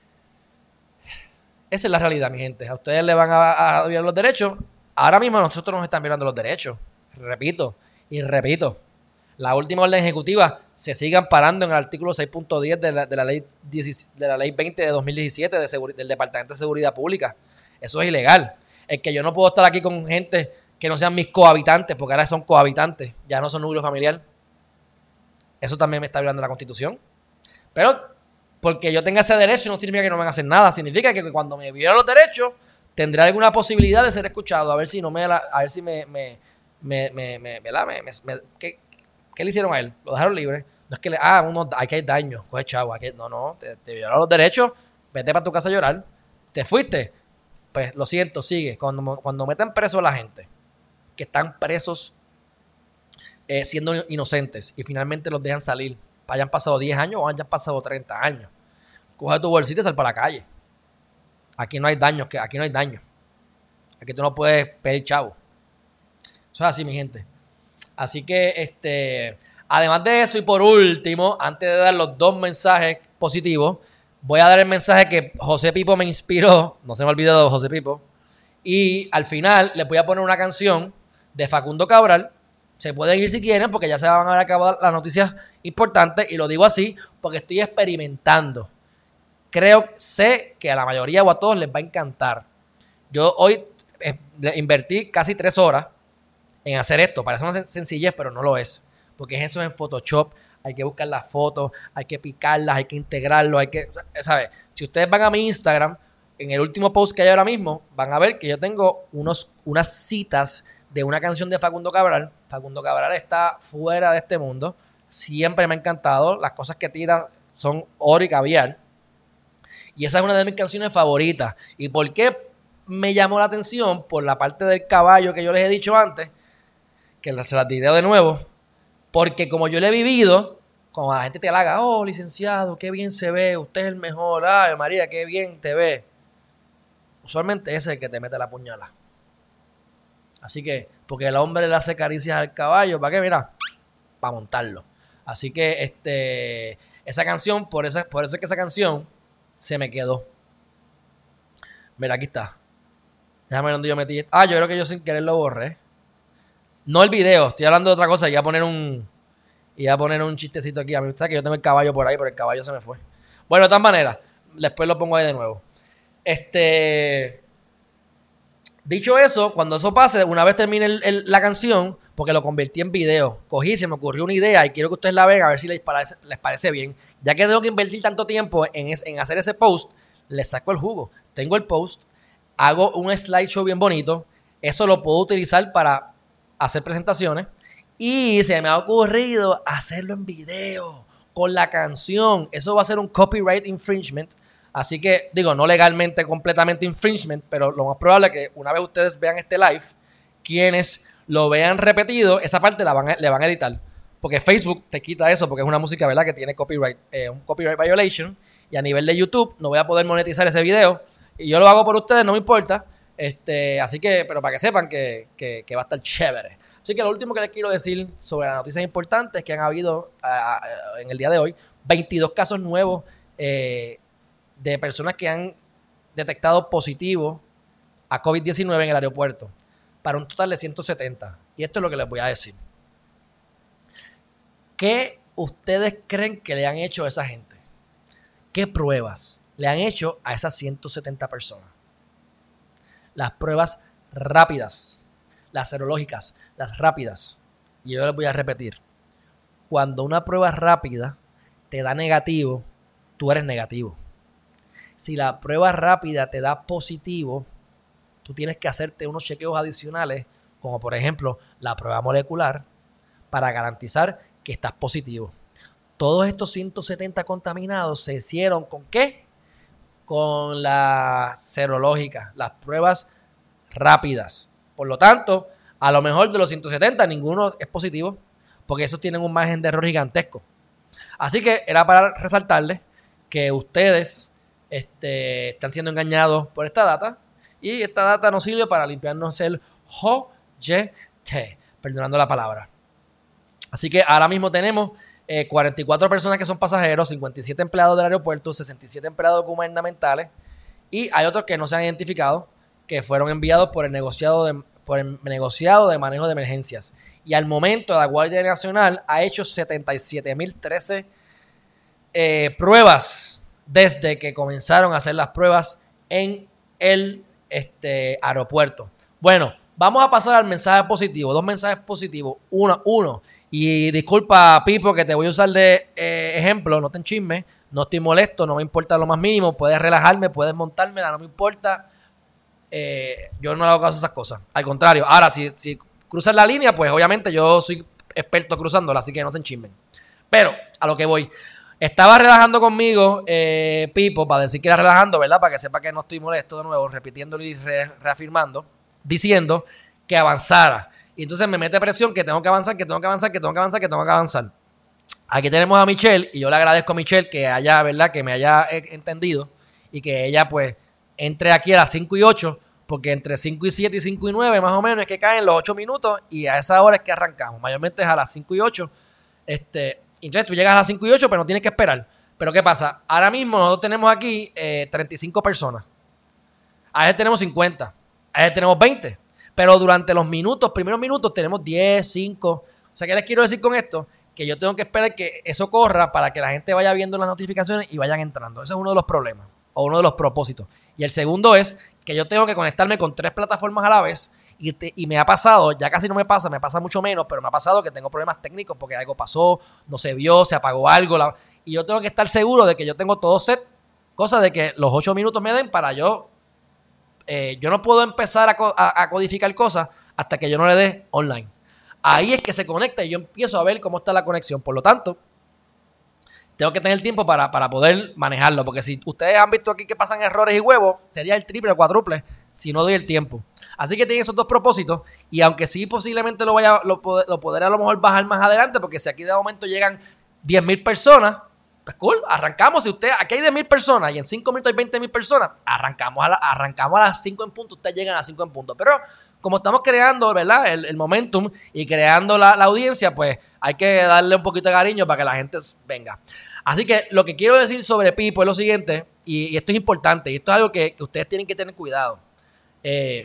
esa es la realidad, mi gente. A ustedes le van a, a violar los derechos. Ahora mismo a nosotros nos están violando los derechos. Repito y repito. La última orden ejecutiva se sigue amparando en el artículo seis punto diez de la, de la ley de la ley veinte de dos mil diecisiete de del Departamento de Seguridad Pública. Eso es ilegal. Es que yo no puedo estar aquí con gente que no sean mis cohabitantes, porque ahora son cohabitantes, ya no son núcleo familiar. Eso también me está violando la Constitución. Pero porque yo tenga ese derecho no significa que no me van a hacer nada. Significa que cuando me violen los derechos tendré alguna posibilidad de ser escuchado. A ver si no me, a ver si me, me, me, me, me, ¿verdad? me, me, me ¿qué, ¿Qué le hicieron a él? Lo dejaron libre. No es que le, ah, uno, hay que hay daño, coge chavo, hay que, no, no, te, te violaron los derechos, vete para tu casa a llorar. Te fuiste, pues lo siento, sigue. Cuando, cuando meten preso a la gente que están presos eh, siendo inocentes y finalmente los dejan salir, hayan pasado diez años o hayan pasado treinta años, coge tu bolsita y sal para la calle. Aquí no hay daño, aquí no hay daño. Aquí tú no puedes pedir chavo. Eso es así, mi gente. Así que, este, además de eso, y por último, antes de dar los dos mensajes positivos, voy a dar el mensaje que José Pipo me inspiró. No se me olvidó de José Pipo. Y al final les voy a poner una canción de Facundo Cabral. Se pueden ir si quieren, porque ya se van a ver acabar las noticias importantes. Y lo digo así porque estoy experimentando. Creo, sé que a la mayoría o a todos les va a encantar. Yo hoy eh, invertí casi tres horas en hacer esto. Parece una sencillez, pero no lo es. Porque eso es en Photoshop. Hay que buscar las fotos, hay que picarlas, hay que integrarlo, hay que, ¿sabes? Si ustedes van a mi Instagram, en el último post que hay ahora mismo, van a ver que yo tengo unos, unas citas de una canción de Facundo Cabral. Facundo Cabral está fuera de este mundo. Siempre me ha encantado. Las cosas que tira son oro y caviar. Y esa es una de mis canciones favoritas. ¿Y por qué me llamó la atención? Por la parte del caballo que yo les he dicho antes, que se las diré de nuevo. Porque como yo lo he vivido, cuando la gente te halaga, oh, licenciado, qué bien se ve, usted es el mejor, ay, María, qué bien te ve. Usualmente ese es el que te mete la puñalada. Así que, porque el hombre le hace caricias al caballo, ¿para qué? Mira, para montarlo. Así que, este, esa canción, por eso, por eso es que esa canción se me quedó. Mira, aquí está. Déjame ver dónde yo metí. Ah, yo creo que yo sin querer lo borré. No el video, estoy hablando de otra cosa. Y voy a poner un, y voy a poner un chistecito aquí. A mí, ¿sabes que yo tengo el caballo por ahí, pero el caballo se me fue? Bueno, de todas maneras, después lo pongo ahí de nuevo. Este, dicho eso, cuando eso pase, una vez termine el, el, la canción, porque lo convertí en video, cogí, se me ocurrió una idea y quiero que ustedes la vean a ver si les parece, les parece bien. Ya que tengo que invertir tanto tiempo en, es, en hacer ese post, les saco el jugo. Tengo el post, hago un slideshow bien bonito. Eso lo puedo utilizar para hacer presentaciones y se me ha ocurrido hacerlo en video con la canción. Eso va a ser un copyright infringement. Así que, digo, no legalmente completamente infringement, pero lo más probable es que una vez ustedes vean este live, quienes lo vean repetido, esa parte la van a, le van a editar. Porque Facebook te quita eso porque es una música, ¿verdad?, que tiene copyright, eh, un copyright violation. Y a nivel de YouTube no voy a poder monetizar ese video. Y yo lo hago por ustedes, no me importa. Este, así que, pero para que sepan que, que, que va a estar chévere. Así que lo último que les quiero decir sobre las noticias importantes que han habido uh, en el día de hoy, veintidós casos nuevos eh, de personas que han detectado positivo a COVID diecinueve en el aeropuerto, para un total de ciento setenta. Y esto es lo que les voy a decir. ¿Qué ustedes creen que le han hecho a esa gente? ¿Qué pruebas le han hecho a esas ciento setenta personas? Las pruebas rápidas, las serológicas, las rápidas. Y yo les voy a repetir. Cuando una prueba rápida te da negativo, tú eres negativo. Si la prueba rápida te da positivo, tú tienes que hacerte unos chequeos adicionales, como por ejemplo la prueba molecular, para garantizar que estás positivo. Todos estos ciento setenta contaminados se hicieron ¿con qué? Con la serológica, las pruebas rápidas. Por lo tanto, a lo mejor de los ciento setenta ninguno es positivo, porque esos tienen un margen de error gigantesco. Así que era para resaltarles que ustedes este, están siendo engañados por esta data, y esta data nos sirve para limpiarnos el joyete, perdonando la palabra. Así que ahora mismo tenemos eh, cuarenta y cuatro personas que son pasajeros, cincuenta y siete empleados del aeropuerto, sesenta y siete empleados gubernamentales, y hay otros que no se han identificado, que fueron enviados por el negociado de, por el negociado de manejo de emergencias. Y al momento la Guardia Nacional ha hecho setenta y siete mil trece eh, pruebas desde que comenzaron a hacer las pruebas en el este, aeropuerto. Bueno, vamos a pasar al mensaje positivo. Dos mensajes positivos. Uno, uno. Y disculpa, Pipo, que te voy a usar de eh, ejemplo. No te enchismes. No estoy molesto. No me importa lo más mínimo. Puedes relajarme, puedes montármela. No me importa. Eh, yo no hago caso a esas cosas. Al contrario. Ahora, si, si cruzas la línea, pues obviamente yo soy experto cruzándola. Así que no se enchismen. Pero, a lo que voy. Estaba relajando conmigo, eh, Pipo, para decir que era relajando, ¿verdad? Para que sepa que no estoy molesto de nuevo, repitiéndolo y re reafirmando, diciendo que avanzara. Y entonces me mete presión que tengo que avanzar, que tengo que avanzar, que tengo que avanzar, que tengo que avanzar. Aquí tenemos a Michelle, y yo le agradezco a Michelle que haya, ¿verdad? Que me haya entendido y que ella, pues, entre aquí a las cinco y ocho, porque entre cinco y siete y cinco y nueve, más o menos, es que caen los ocho minutos, y a esa hora es que arrancamos. Mayormente es a las cinco y ocho. Este... Entonces tú llegas a las cinco y ocho, pero no tienes que esperar. Pero ¿qué pasa? Ahora mismo nosotros tenemos aquí eh, treinta y cinco personas. A veces tenemos cincuenta. A veces tenemos veinte. Pero durante los minutos, primeros minutos, tenemos diez, cinco. O sea, ¿qué les quiero decir con esto? Que yo tengo que esperar que eso corra para que la gente vaya viendo las notificaciones y vayan entrando. Ese es uno de los problemas o uno de los propósitos. Y el segundo es que yo tengo que conectarme con tres plataformas a la vez. Y, te, y me ha pasado, ya casi no me pasa, me pasa mucho menos, pero me ha pasado que tengo problemas técnicos porque algo pasó, no se vio, se apagó algo. La, y yo tengo que estar seguro de que yo tengo todo set, cosa de que los ocho minutos me den para yo. Eh, yo no puedo empezar a, a, a codificar cosas hasta que yo no le dé online. Ahí es que se conecta y yo empiezo a ver cómo está la conexión. Por lo tanto, tengo que tener tiempo para, para poder manejarlo. Porque si ustedes han visto aquí que pasan errores y huevos, sería el triple o cuádruple si no doy el tiempo. Así que tienen esos dos propósitos. Y aunque sí posiblemente lo vaya lo, lo podré a lo mejor bajar más adelante, porque si aquí de momento llegan diez mil personas, pues cool, arrancamos. Si usted, aquí hay diez mil personas y en cinco minutos hay veinte mil personas, arrancamos a, la, arrancamos a las cinco en punto. Ustedes llegan a las cinco en punto. Pero como estamos creando, ¿verdad?, el, el momentum y creando la, la audiencia, pues hay que darle un poquito de cariño para que la gente venga. Así que lo que quiero decir sobre Pipo es lo siguiente, y, y esto es importante, y esto es algo que, que ustedes tienen que tener cuidado. Eh,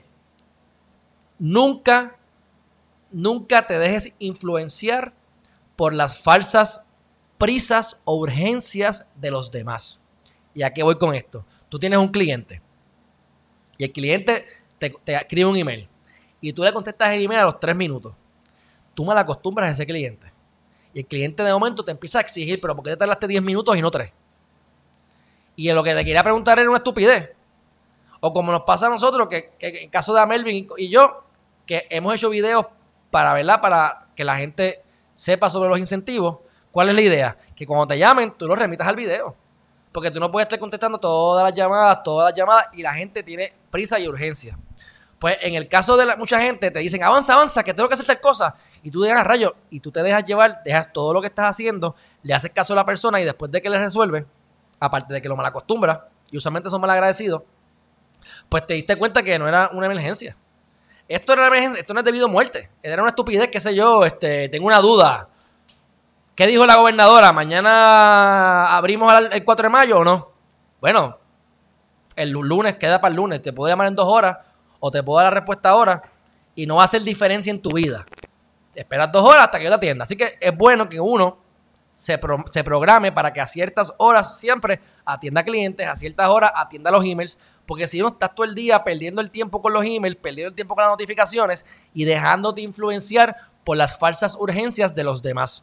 nunca, nunca te dejes influenciar por las falsas prisas o urgencias de los demás. ¿Y a qué voy con esto? Tú tienes un cliente y el cliente te, te escribe un email y tú le contestas el email a los tres minutos. Tú mal acostumbras a ese cliente y el cliente de momento te empieza a exigir, pero ¿por qué te tardaste diez minutos y no tres? Y en lo que te quería preguntar era una estupidez. O como nos pasa a nosotros, que, que en caso de Melvin y yo, que hemos hecho videos para, ¿verdad? Para que la gente sepa sobre los incentivos. ¿Cuál es la idea? Que cuando te llamen, tú los remitas al video. Porque tú no puedes estar contestando todas las llamadas, todas las llamadas, y la gente tiene prisa y urgencia. Pues en el caso de la, mucha gente te dicen, avanza, avanza, que tengo que hacer tal cosa. Y tú digas, rayo, y tú te dejas llevar, dejas todo lo que estás haciendo, le haces caso a la persona y después de que le resuelve, aparte de que lo malacostumbra, y usualmente son malagradecidos, pues te diste cuenta que no era una emergencia. Esto, era una emergencia, esto no es debido a muerte. Era una estupidez, qué sé yo, este, tengo una duda. ¿Qué dijo la gobernadora? ¿Mañana abrimos el cuatro de mayo o no? Bueno, el lunes queda para el lunes. Te puedo llamar en dos horas o te puedo dar la respuesta ahora y no va a hacer diferencia en tu vida. Te esperas dos horas hasta que yo te atienda. Así que es bueno que uno se, pro, se programe para que a ciertas horas siempre atienda clientes, a ciertas horas atienda los emails, porque si no estás todo el día perdiendo el tiempo con los emails, perdiendo el tiempo con las notificaciones y dejándote influenciar por las falsas urgencias de los demás.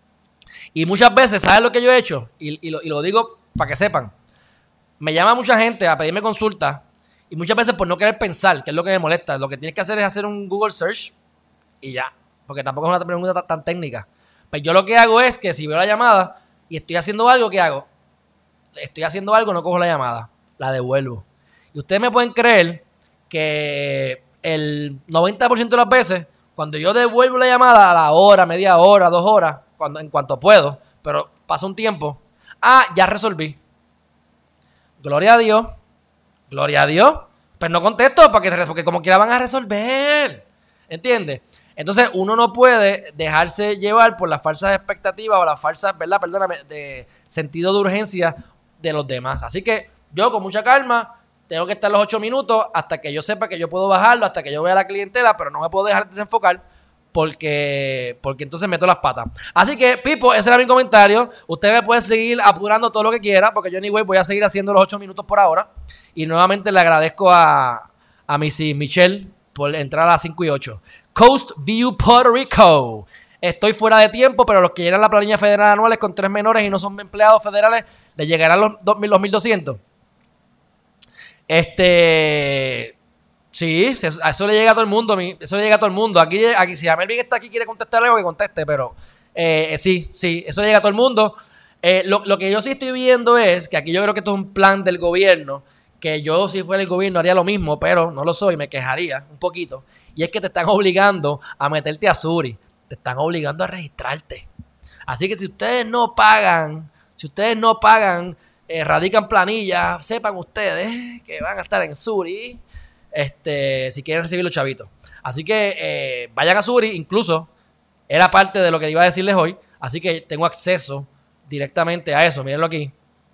Y muchas veces, ¿sabes lo que yo he hecho? Y, y, lo, y lo digo para que sepan. Me llama mucha gente a pedirme consulta y muchas veces por no querer pensar, que es lo que me molesta, lo que tienes que hacer es hacer un Google search y ya, porque tampoco es una pregunta tan, tan técnica. Pues yo lo que hago es que si veo la llamada y estoy haciendo algo, ¿qué hago? Estoy haciendo algo, no cojo la llamada, la devuelvo. Y ustedes me pueden creer que el noventa por ciento de las veces, cuando yo devuelvo la llamada a la hora, media hora, dos horas, cuando, en cuanto puedo, pero pasa un tiempo, ah, ya resolví. Gloria a Dios, gloria a Dios, pero no contesto porque, porque como quiera van a resolver, ¿entiendes? Entonces uno no puede dejarse llevar por las falsas expectativas o las falsas, ¿verdad? Perdóname, de sentido de urgencia de los demás. Así que yo con mucha calma tengo que estar los ocho minutos hasta que yo sepa que yo puedo bajarlo, hasta que yo vea la clientela, pero no me puedo dejar desenfocar porque, porque entonces meto las patas. Así que, Pipo, ese era mi comentario. Usted me puede seguir apurando todo lo que quiera, porque yo, anyway, voy a seguir haciendo los ocho minutos por ahora. Y nuevamente le agradezco a, a Missy Michelle por entrar a las cinco y ocho. Coast View, Puerto Rico. Estoy fuera de tiempo, pero los que llenan la planilla federal anuales con tres menores y no son empleados federales, les llegarán los, dos mil, los mil doscientos. Este... Sí, a eso le llega a todo el mundo. Eso le llega a todo el mundo. Aquí, aquí si a Melvin está aquí y quiere contestar algo, que conteste, pero eh, sí, sí, eso le llega a todo el mundo. Eh, lo, lo que yo sí estoy viendo es que aquí yo creo que esto es un plan del gobierno, que yo si fuera el gobierno haría lo mismo, pero no lo soy, me quejaría un poquito. Y es que te están obligando a meterte a Suri, te están obligando a registrarte. Así que si ustedes no pagan, si ustedes no pagan, eh, radican planillas, sepan ustedes que van a estar en Suri. Este, si quieren recibir los chavitos. Así que eh, vayan a Suri, incluso era parte de lo que iba a decirles hoy, así que tengo acceso directamente a eso. Mírenlo aquí.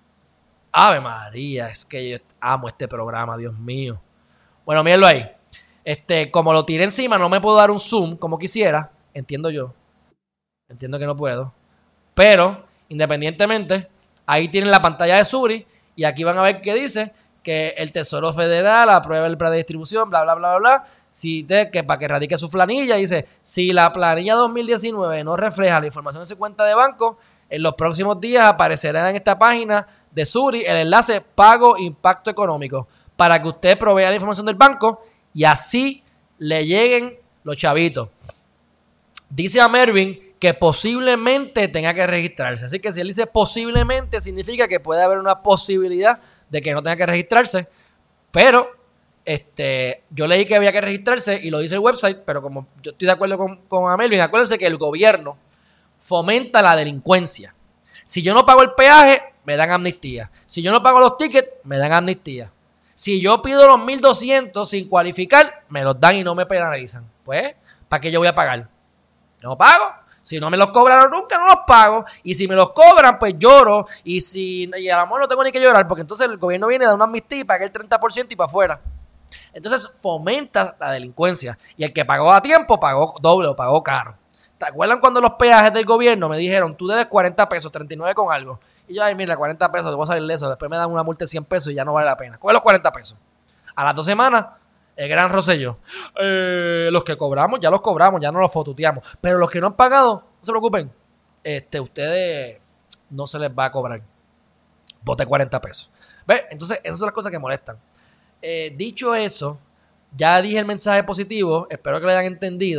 Ave María, es que yo amo este programa, Dios mío. Bueno, mírenlo ahí. Este, como lo tiré encima, no me puedo dar un zoom como quisiera, entiendo yo. Entiendo que no puedo. Pero, independientemente, ahí tienen la pantalla de Suri y aquí van a ver qué dice. Que el Tesoro Federal aprueba el plan de distribución, bla, bla, bla, bla, bla. Si te, que para que radique su planilla, dice, si la planilla dos mil diecinueve no refleja la información de su cuenta de banco, en los próximos días aparecerá en esta página de Suri el enlace Pago Impacto Económico para que usted provea la información del banco y así le lleguen los chavitos. Dice a Mervin que posiblemente tenga que registrarse. Así que si él dice posiblemente, significa que puede haber una posibilidad de que no tenga que registrarse, pero este, yo leí que había que registrarse y lo dice el website, pero como yo estoy de acuerdo con, con Melvin, acuérdense que el gobierno fomenta la delincuencia. Si yo no pago el peaje, me dan amnistía. Si yo no pago los tickets, me dan amnistía. Si yo pido los mil doscientos sin cualificar, me los dan y no me penalizan. Pues, ¿para qué yo voy a pagar? No pago. Si no me los cobraron nunca, no los pago. Y si me los cobran, pues lloro. Y si y a lo mejor no tengo ni que llorar, porque entonces el gobierno viene a dar una amnistía y paga el treinta por ciento y para afuera. Entonces fomenta la delincuencia. Y el que pagó a tiempo, pagó doble o pagó caro. ¿Te acuerdan cuando los peajes del gobierno me dijeron, tú debes cuarenta pesos, treinta y nueve con algo? Y yo, ay, mira, cuarenta pesos, te voy a salir de eso. Después me dan una multa de cien pesos y ya no vale la pena. Coge los cuarenta pesos. A las dos semanas, el gran Rosselló. Eh, los que cobramos, ya los cobramos, ya no los fotuteamos. Pero los que no han pagado, no se preocupen. Este, ustedes no se les va a cobrar. Bote cuarenta pesos. ¿Ves? Entonces, esas son las cosas que molestan. Eh, dicho eso, ya dije el mensaje positivo. Espero que lo hayan entendido.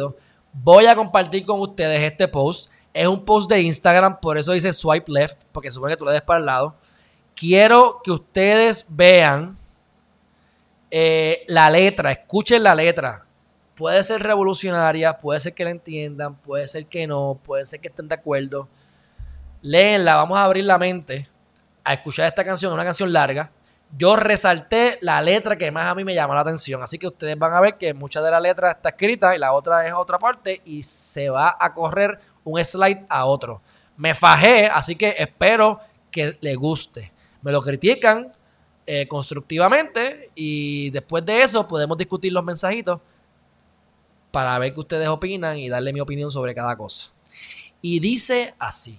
Voy a compartir con ustedes este post. Es un post de Instagram, por eso dice swipe left, porque supone que tú le des para el lado. Quiero que ustedes vean eh, la letra, escuchen la letra. Puede ser revolucionaria, puede ser que la entiendan, puede ser que no, puede ser que estén de acuerdo. Léenla, vamos a abrir la mente a escuchar esta canción, una canción larga. Yo resalté la letra que más a mí me llamó la atención, así que ustedes van a ver que mucha de la letra está escrita y la otra es otra parte y se va a correr un slide a otro. Me fajé, así que espero que les guste. Me lo critican eh, constructivamente y después de eso podemos discutir los mensajitos para ver qué ustedes opinan y darle mi opinión sobre cada cosa. Y dice así.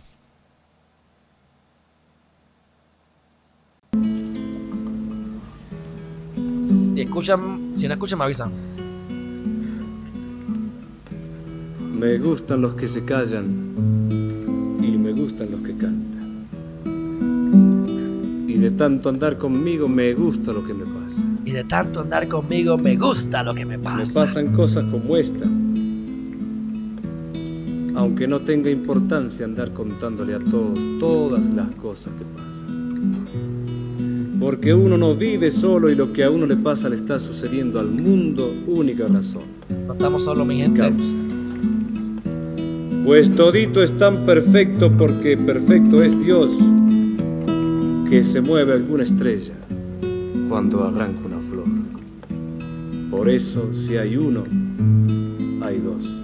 Y escuchan, si no escuchan me avisan. Me gustan los que se callan y me gustan los que cantan. Y de tanto andar conmigo me gusta lo que me pasa. Y de tanto andar conmigo me gusta lo que me pasa. Me pasan cosas como esta. Aunque no tenga importancia andar contándole a todos todas las cosas que pasan. Porque uno no vive solo y lo que a uno le pasa le está sucediendo al mundo, única razón. No estamos solos, mi gente. Causa. Pues todito es tan perfecto porque perfecto es Dios, que se mueve alguna estrella cuando arranca una flor. Por eso, si hay uno, hay dos.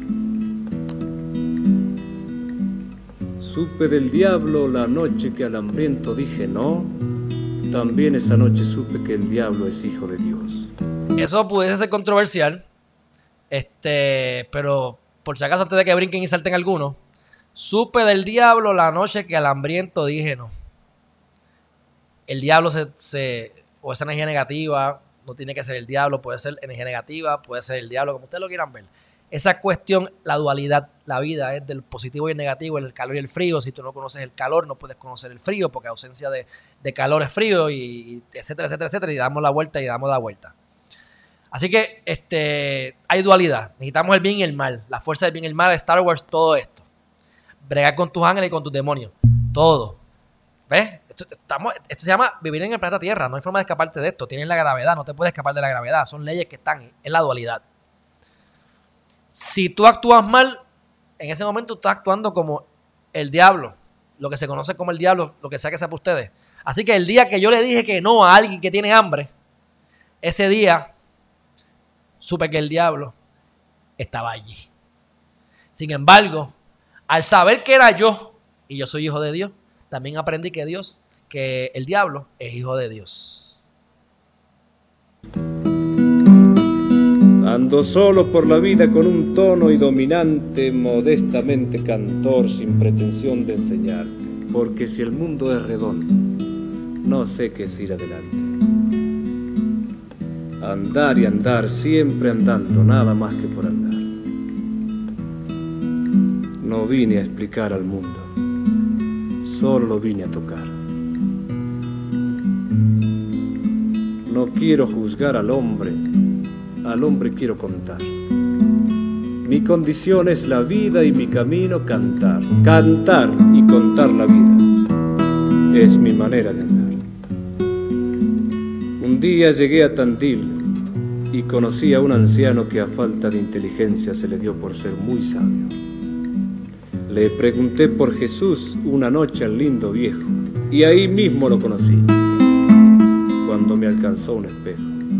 Supe del diablo la noche que al hambriento dije no. También esa noche supe que el diablo es hijo de Dios. Eso pudiese ser controversial, este, pero por si acaso antes de que brinquen y salten algunos, supe del diablo la noche que al hambriento dije no. El diablo se, se o esa energía negativa, no tiene que ser el diablo, puede ser energía negativa, puede ser el diablo, como ustedes lo quieran ver. Esa cuestión, la dualidad, la vida es del positivo y el negativo, el calor y el frío. Si tú no conoces el calor, no puedes conocer el frío, porque ausencia de, de calor es frío, y etcétera, etcétera, etcétera, y damos la vuelta y damos la vuelta. Así que este, hay dualidad. Necesitamos el bien y el mal, la fuerza del bien y el mal, Star Wars, todo esto. Bregar con tus ángeles y con tus demonios, todo. ¿Ves? Esto, estamos, esto se llama vivir en el planeta Tierra, no hay forma de escaparte de esto. Tienes la gravedad, no te puedes escapar de la gravedad, son leyes que están en la dualidad. Si tú actúas mal, en ese momento estás actuando como el diablo, lo que se conoce como el diablo, lo que sea que sea para ustedes. Así que el día que yo le dije que no a alguien que tiene hambre, ese día supe que el diablo estaba allí. Sin embargo, al saber que era yo y yo soy hijo de Dios, también aprendí que Dios, que el diablo es hijo de Dios. Ando solo por la vida con un tono y dominante, modestamente cantor, sin pretensión de enseñarte. Porque si el mundo es redondo, no sé qué es ir adelante. Andar y andar, siempre andando, nada más que por andar. No vine a explicar al mundo, solo lo vine a tocar. No quiero juzgar al hombre, al hombre quiero contar. Mi condición es la vida y mi camino cantar. Cantar y contar la vida es mi manera de andar. Un día llegué a Tandil y conocí a un anciano que a falta de inteligencia se le dio por ser muy sabio. Le pregunté por Jesús una noche al lindo viejo y ahí mismo lo conocí, cuando me alcanzó un espejo.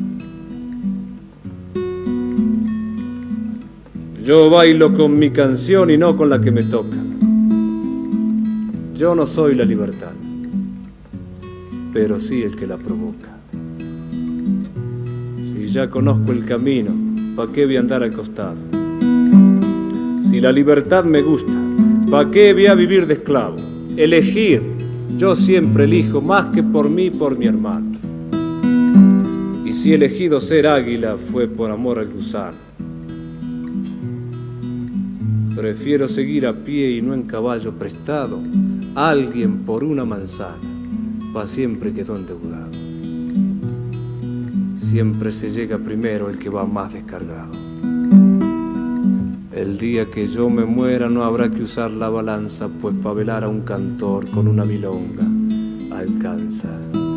Yo bailo con mi canción y no con la que me toca. Yo no soy la libertad, pero sí el que la provoca. Si ya conozco el camino, ¿pa' qué voy a andar al costado? Si la libertad me gusta, ¿pa' qué voy a vivir de esclavo? Elegir, yo siempre elijo más que por mí, por mi hermano. Y si he elegido ser águila, fue por amor al gusano. Prefiero seguir a pie y no en caballo prestado. Alguien por una manzana, pa' siempre quedó endeudado. Siempre se llega primero el que va más descargado. El día que yo me muera no habrá que usar la balanza, pues pa' velar a un cantor con una milonga alcanza.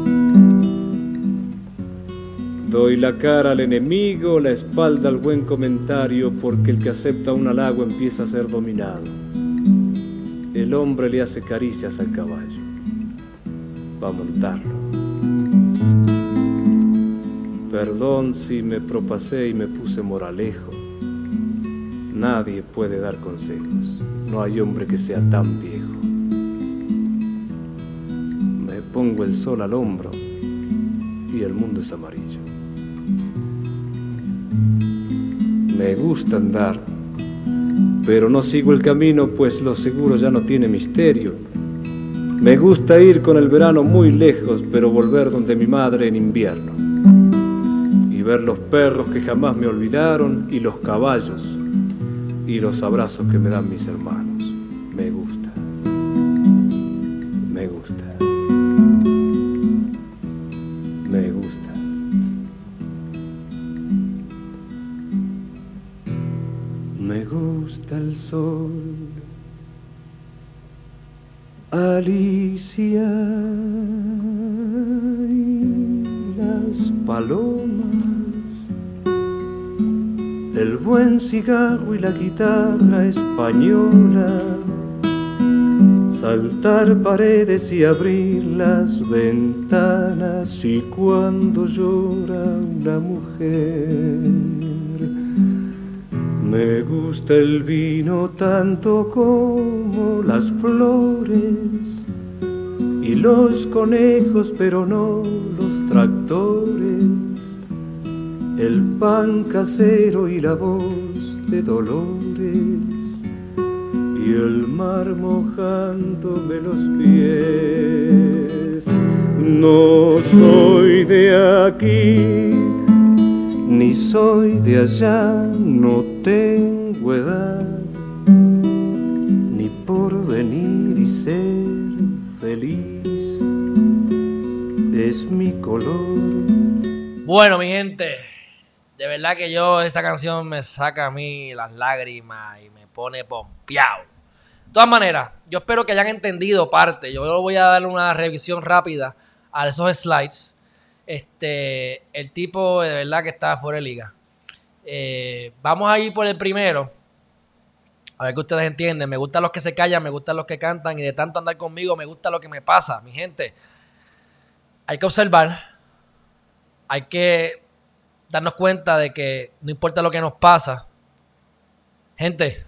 Doy la cara al enemigo, la espalda al buen comentario, porque el que acepta un halago empieza a ser dominado. El hombre le hace caricias al caballo pa' montarlo. Perdón si me propasé y me puse moralejo. Nadie puede dar consejos, no hay hombre que sea tan viejo. Me pongo el sol al hombro y el mundo es amarillo. Me gusta andar, pero no sigo el camino, pues lo seguro ya no tiene misterio. Me gusta ir con el verano muy lejos, pero volver donde mi madre en invierno. Y ver los perros que jamás me olvidaron y los caballos y los abrazos que me dan mis hermanos. Me gusta, me gusta, me gusta. Me gusta el sol, Alicia, y las palomas, el buen cigarro y la guitarra española, saltar paredes y abrir las ventanas, y cuando llora una mujer. Me gusta el vino tanto como las flores y los conejos, pero no los tractores, el pan casero y la voz de Dolores, y el mar mojándome los pies. No soy de aquí, ni soy de allá, no tengo edad, ni por venir y ser feliz, es mi color. Bueno, mi gente, de verdad que yo, esta canción me saca a mí las lágrimas y me pone pompeado. De todas maneras, yo espero que hayan entendido parte. Yo voy a dar una revisión rápida a esos slides. Este, el tipo de verdad que está fuera de liga. Eh, vamos a ir por el primero. A ver que ustedes entienden. Me gustan los que se callan, me gustan los que cantan. Y de tanto andar conmigo, me gusta lo que me pasa. Mi gente, hay que observar. Hay que darnos cuenta de que no importa lo que nos pasa. Gente,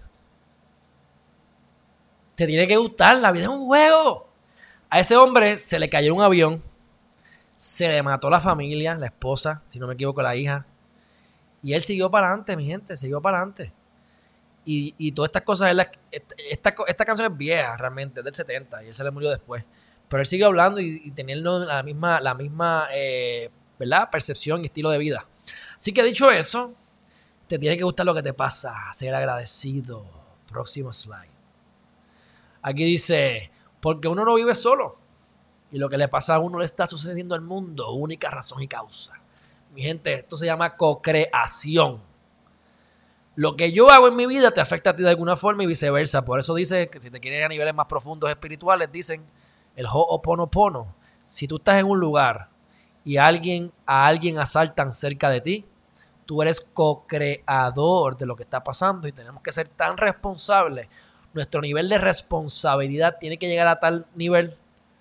te tiene que gustar. La vida es un juego. A ese hombre se le cayó un avión. Se le mató la familia, la esposa, si no me equivoco, la hija. Y él siguió para adelante, mi gente, siguió para adelante. Y, y todas estas cosas, él, esta, esta, esta canción es vieja realmente, es del setenta, y él se le murió después. Pero él siguió hablando y, y teniendo la misma, la misma eh, ¿verdad? percepción y estilo de vida. Así que dicho eso, te tiene que gustar lo que te pasa, ser agradecido. Próximo slide. Aquí dice, porque uno no vive solo. Y lo que le pasa a uno le está sucediendo al mundo. Única razón y causa. Mi gente, esto se llama co-creación. Lo que yo hago en mi vida te afecta a ti de alguna forma y viceversa. Por eso dice que si te quieres ir a niveles más profundos espirituales, dicen el Ho'oponopono. Si tú estás en un lugar y alguien, a alguien asaltan cerca de ti, tú eres co-creador de lo que está pasando y tenemos que ser tan responsables. Nuestro nivel de responsabilidad tiene que llegar a tal nivel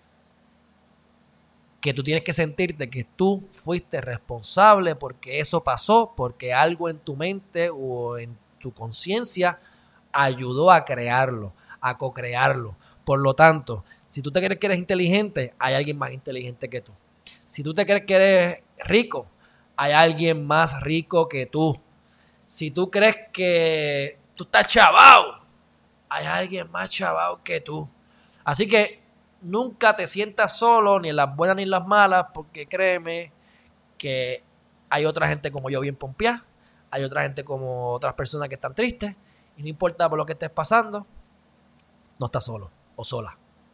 que tú tienes que sentirte que tú fuiste responsable porque eso pasó, porque algo en tu mente o en tu conciencia ayudó a crearlo, a co-crearlo. Por lo tanto, si tú te crees que eres inteligente, hay alguien más inteligente que tú. Si tú te crees que eres rico, hay alguien más rico que tú. Si tú crees que tú estás chavao, hay alguien más chavao que tú. Así que nunca te sientas solo, ni en las buenas ni en las malas, porque créeme que hay otra gente como yo bien pompeada, hay otra gente como otras personas que están tristes, y no importa por lo que estés pasando, no estás solo o sola.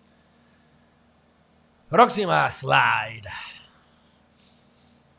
Próxima slide.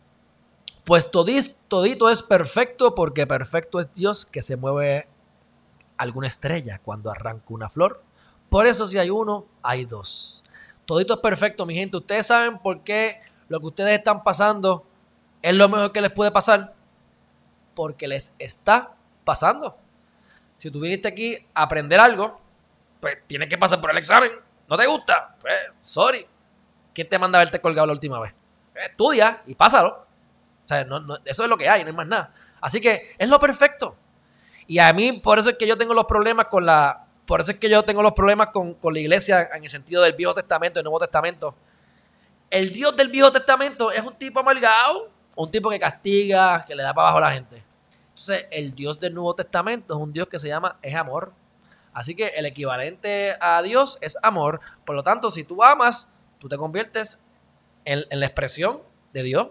Pues todito, todito es perfecto porque perfecto es Dios que se mueve alguna estrella cuando arranca una flor. Por eso si hay uno, hay dos. Todito es perfecto, mi gente. Ustedes saben por qué lo que ustedes están pasando es lo mejor que les puede pasar. Porque les está pasando. Si tú viniste aquí a aprender algo, pues tienes que pasar por el examen. ¿No te gusta? Pues, sorry. ¿Quién te manda a verte colgado la última vez? Estudia y pásalo. O sea, no, no, eso es lo que hay, no hay más nada. Así que es lo perfecto. Y a mí, por eso es que yo tengo los problemas con la... Por eso es que yo tengo los problemas con, con la iglesia en el sentido del Viejo Testamento y el Nuevo Testamento. El Dios del Viejo Testamento es un tipo amargado, un tipo que castiga, que le da para abajo a la gente. Entonces, el Dios del Nuevo Testamento es un Dios que se llama, es amor. Así que el equivalente a Dios es amor. Por lo tanto, si tú amas, tú te conviertes en, en la expresión de Dios.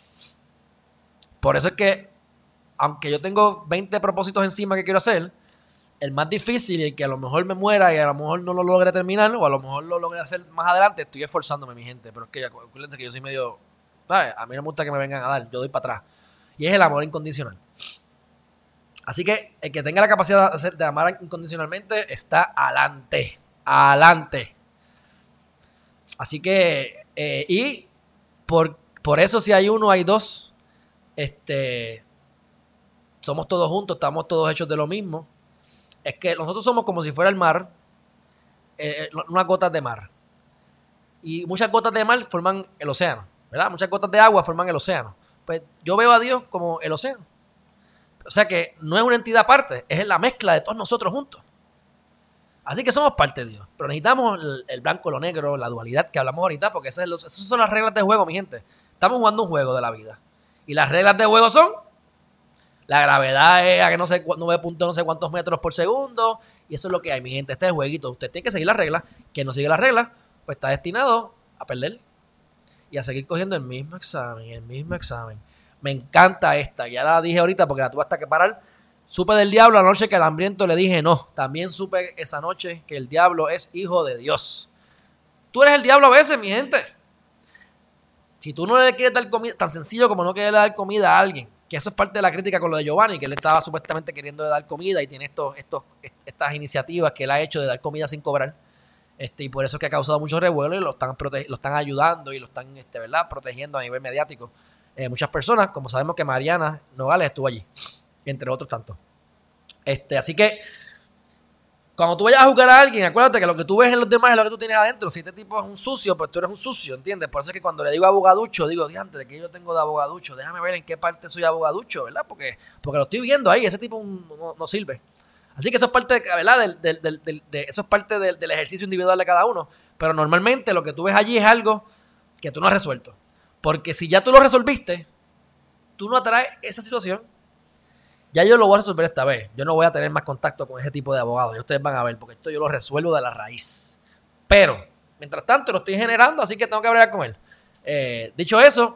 Por eso es que, aunque yo tengo veinte propósitos encima que quiero hacer, el más difícil y el que a lo mejor me muera y a lo mejor no lo logre terminar o a lo mejor lo logre hacer más adelante, estoy esforzándome, mi gente. Pero es que acuérdense que yo soy medio... ¿sabes? A mí no me gusta que me vengan a dar, yo doy para atrás. Y es el amor incondicional. Así que el que tenga la capacidad de, hacer, de amar incondicionalmente está adelante. Adelante. Así que, eh, y por, por eso si hay uno, hay dos. Este, somos todos juntos, estamos todos hechos de lo mismo. Es que nosotros somos como si fuera el mar, eh, unas gotas de mar. Y muchas gotas de mar forman el océano, ¿verdad? Muchas gotas de agua forman el océano. Pues yo veo a Dios como el océano. O sea que no es una entidad aparte, es la mezcla de todos nosotros juntos. Así que somos parte de Dios. Pero necesitamos el, el blanco, lo negro, la dualidad que hablamos ahorita, porque esas, los, esas son las reglas de juego, mi gente. Estamos jugando un juego de la vida. Y las reglas de juego son: la gravedad es a que no sé, nueve punto no sé cuántos metros por segundo. Y eso es lo que hay, mi gente. Este es el jueguito. Usted tiene que seguir las reglas. Quien no sigue las reglas, pues está destinado a perder. Y a seguir cogiendo el mismo examen, el mismo examen. Me encanta esta. Ya la dije ahorita porque la tuve hasta que parar. Supe del diablo la noche que al hambriento le dije no. También supe esa noche que el diablo es hijo de Dios. Tú eres el diablo a veces, mi gente. Si tú no le quieres dar comida, tan sencillo como no querer dar comida a alguien, que eso es parte de la crítica con lo de Giovanni, que él estaba supuestamente queriendo dar comida y tiene estos, estos, estas iniciativas que él ha hecho de dar comida sin cobrar. Este, y por eso es que ha causado mucho revuelo y lo están, prote- lo están ayudando y lo están este, ¿verdad? protegiendo a nivel mediático. Eh, muchas personas, como sabemos que Mariana Nogales estuvo allí, entre otros tantos. Este, así que, cuando tú vayas a jugar a alguien, acuérdate que lo que tú ves en los demás es lo que tú tienes adentro. Si este tipo es un sucio, pues tú eres un sucio, ¿entiendes? Por eso es que cuando le digo abogaducho, digo, diantre, ¿qué yo tengo de abogaducho? Déjame ver en qué parte soy abogaducho, ¿verdad? Porque, porque lo estoy viendo ahí, ese tipo no, no sirve. Así que eso es parte, ¿verdad? Del, del, del, del, de, eso es parte del, del ejercicio individual de cada uno. Pero normalmente lo que tú ves allí es algo que tú no has resuelto. Porque si ya tú lo resolviste, tú no atraes esa situación. Ya yo lo voy a resolver esta vez. Yo no voy a tener más contacto con ese tipo de abogados. Y ustedes van a ver, porque esto yo lo resuelvo de la raíz. Pero, mientras tanto, lo estoy generando, así que tengo que hablar con él. Eh, dicho eso,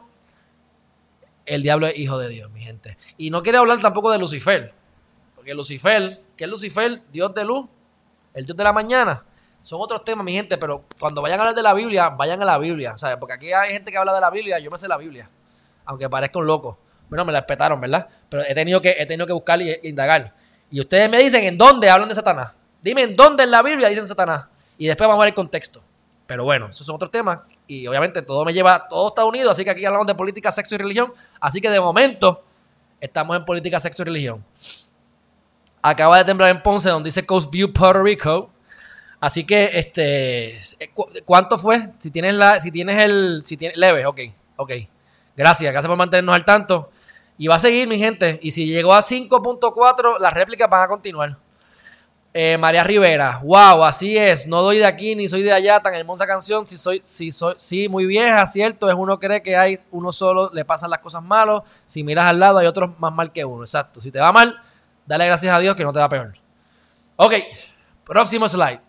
el diablo es hijo de Dios, mi gente. Y no quiere hablar tampoco de Lucifer. Porque Lucifer, ¿qué es Lucifer? Dios de luz, el Dios de la mañana. Son otros temas, mi gente, pero cuando vayan a hablar de la Biblia, vayan a la Biblia, ¿sabes? Porque aquí hay gente que habla de la Biblia, yo me sé la Biblia, aunque parezca un loco. Bueno, me la respetaron, ¿verdad? Pero he tenido que, he tenido que buscar y, y indagar. Y ustedes me dicen en dónde hablan de Satanás. Dime en dónde en la Biblia dicen Satanás. Y después vamos a ver el contexto. Pero bueno, esos son otros temas. Y obviamente todo me lleva, todo está unido. Así que aquí hablamos de política, sexo y religión. Así que de momento estamos en política, sexo y religión. Acaba de temblar en Ponce, donde dice Coast View, Puerto Rico. Así que, este, ¿cuánto fue? Si tienes la, si tienes el, si tienes leve, ok, ok. Gracias, gracias por mantenernos al tanto. Y va a seguir, mi gente. Y si llegó a cinco punto cuatro, las réplicas van a continuar. Eh, María Rivera, wow, así es. No doy de aquí ni soy de allá. Tan hermosa canción. Si soy, si soy, sí, muy vieja, cierto. Es uno cree que hay uno solo, le pasan las cosas malas. Si miras al lado, hay otros más mal que uno. Exacto. Si te va mal, dale gracias a Dios que no te va peor. Ok, próximo slide.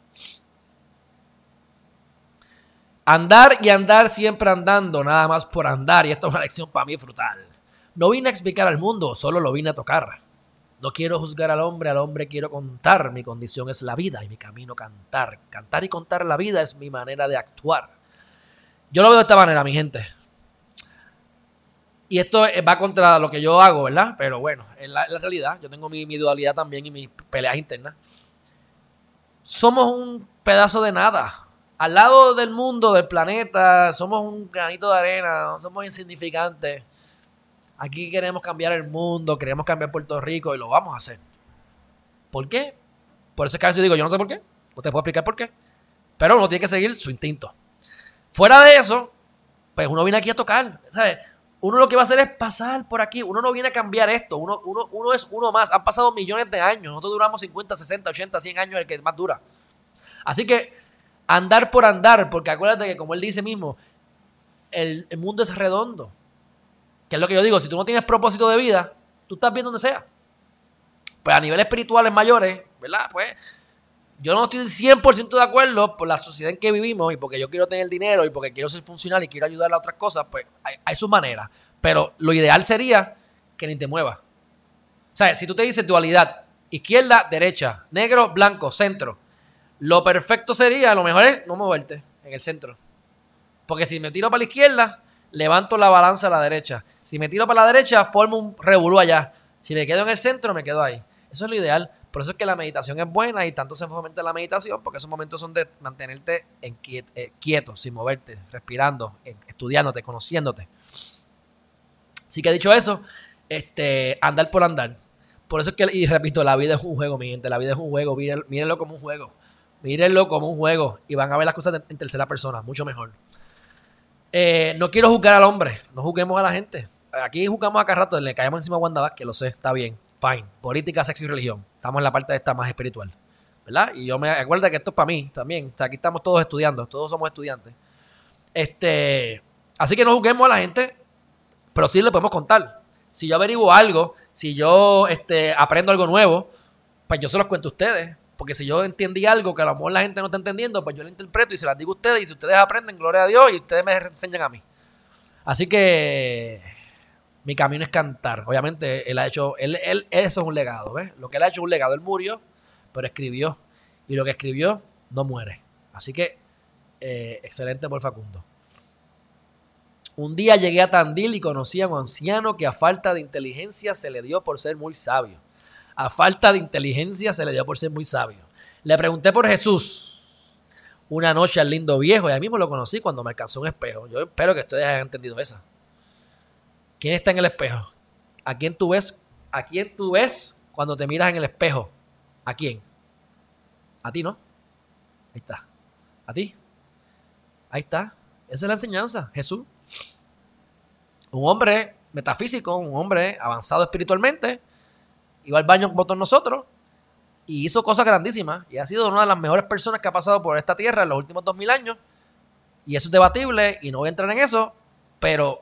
Andar y andar siempre andando, nada más por andar. Y esta es una lección para mí frutal. No vine a explicar al mundo, solo lo vine a tocar. No quiero juzgar al hombre, al hombre quiero contar. Mi condición es la vida y mi camino cantar. Cantar y contar la vida es mi manera de actuar. Yo lo veo de esta manera, mi gente. Y esto va contra lo que yo hago, ¿verdad? Pero bueno, es la, la realidad. Yo tengo mi, mi dualidad también y mis peleas internas. Somos un pedazo de nada. Al lado del mundo, del planeta, somos un granito de arena, somos insignificantes. Aquí queremos cambiar el mundo, queremos cambiar Puerto Rico y lo vamos a hacer. ¿Por qué? Por eso es que a veces digo, yo no sé por qué, no te puedo explicar por qué, pero uno tiene que seguir su instinto. Fuera de eso, pues uno viene aquí a tocar, ¿sabes? Uno lo que va a hacer es pasar por aquí, uno no viene a cambiar esto, uno, uno, uno es uno más, han pasado millones de años, nosotros duramos cincuenta, sesenta, ochenta, cien años, el que más dura. Así que andar por andar, porque acuérdate que como él dice mismo, el, el mundo es redondo. Que es lo que yo digo, si tú no tienes propósito de vida, tú estás bien donde sea. Pues a niveles espirituales mayores, ¿verdad? Pues yo no estoy cien por ciento de acuerdo por la sociedad en que vivimos y porque yo quiero tener dinero y porque quiero ser funcional y quiero ayudar a otras cosas, pues hay, hay sus maneras. Pero lo ideal sería que ni te muevas. O sea, si tú te dices dualidad, izquierda, derecha, negro, blanco, centro, lo perfecto sería, lo mejor es no moverte en el centro. Porque si me tiro para la izquierda, levanto la balanza a la derecha. Si me tiro para la derecha, formo un revolú allá. Si me quedo en el centro, me quedo ahí. Eso es lo ideal. Por eso es que la meditación es buena y tanto se fomenta la meditación, porque esos momentos son de mantenerte en quieto, eh, quieto, sin moverte, respirando, estudiándote, conociéndote. Así que dicho eso, este, andar por andar. Por eso es que, y repito, la vida es un juego, mi gente. La vida es un juego. Mírenlo, mírenlo como un juego. Mírenlo como un juego. Y van a ver las cosas en tercera persona, mucho mejor. Eh, no quiero juzgar al hombre, no juzguemos a la gente. Aquí juzgamos a cada rato, le caemos encima a Wanda Vázquez, que lo sé, está bien, fine. Política, sexo y religión. Estamos en la parte de esta más espiritual, ¿verdad? Y yo me acuerdo que esto es para mí también. O sea, aquí estamos todos estudiando, todos somos estudiantes. Este, así que no juzguemos a la gente, pero sí le podemos contar. Si yo averiguo algo, si yo este, aprendo algo nuevo, pues yo se los cuento a ustedes. Porque si yo entendí algo que a lo mejor la gente no está entendiendo, pues yo lo interpreto y se las digo a ustedes. Y si ustedes aprenden, gloria a Dios, y ustedes me enseñan a mí. Así que mi camino es cantar. Obviamente, él ha hecho, él, él, eso es un legado, ¿ves? Lo que él ha hecho es un legado. Él murió, pero escribió. Y lo que escribió no muere. Así que, eh, excelente por Facundo. Un día llegué a Tandil y conocí a un anciano que a falta de inteligencia se le dio por ser muy sabio. A falta de inteligencia se le dio por ser muy sabio. Le pregunté por Jesús una noche al lindo viejo y a mí mismo lo conocí cuando me alcanzó un espejo. Yo espero que ustedes hayan entendido esa. ¿Quién está en el espejo? ¿A quién tú ves? ¿A quién tú ves cuando te miras en el espejo? ¿A quién? A ti, ¿no? Ahí está. ¿A ti? Ahí está. Esa es la enseñanza. Jesús. Un hombre metafísico, un hombre avanzado espiritualmente, iba al baño como todos nosotros y hizo cosas grandísimas y ha sido una de las mejores personas que ha pasado por esta tierra en los últimos dos mil años y eso es debatible y no voy a entrar en eso, pero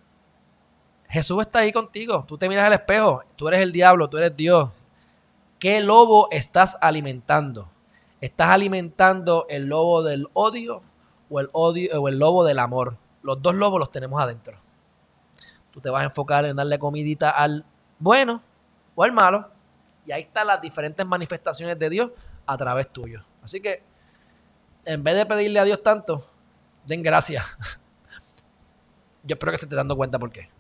Jesús está ahí contigo. Tú te miras al espejo, tú eres el diablo, tú eres Dios. ¿Qué lobo estás alimentando? ¿Estás alimentando el lobo del odio o el odio o el lobo del amor? Los dos lobos los tenemos adentro. Tú te vas a enfocar en darle comidita al bueno o al malo. Y ahí están las diferentes manifestaciones de Dios a través tuyo. Así que, en vez de pedirle a Dios tanto, den gracias. Yo espero que se esté dando cuenta por qué.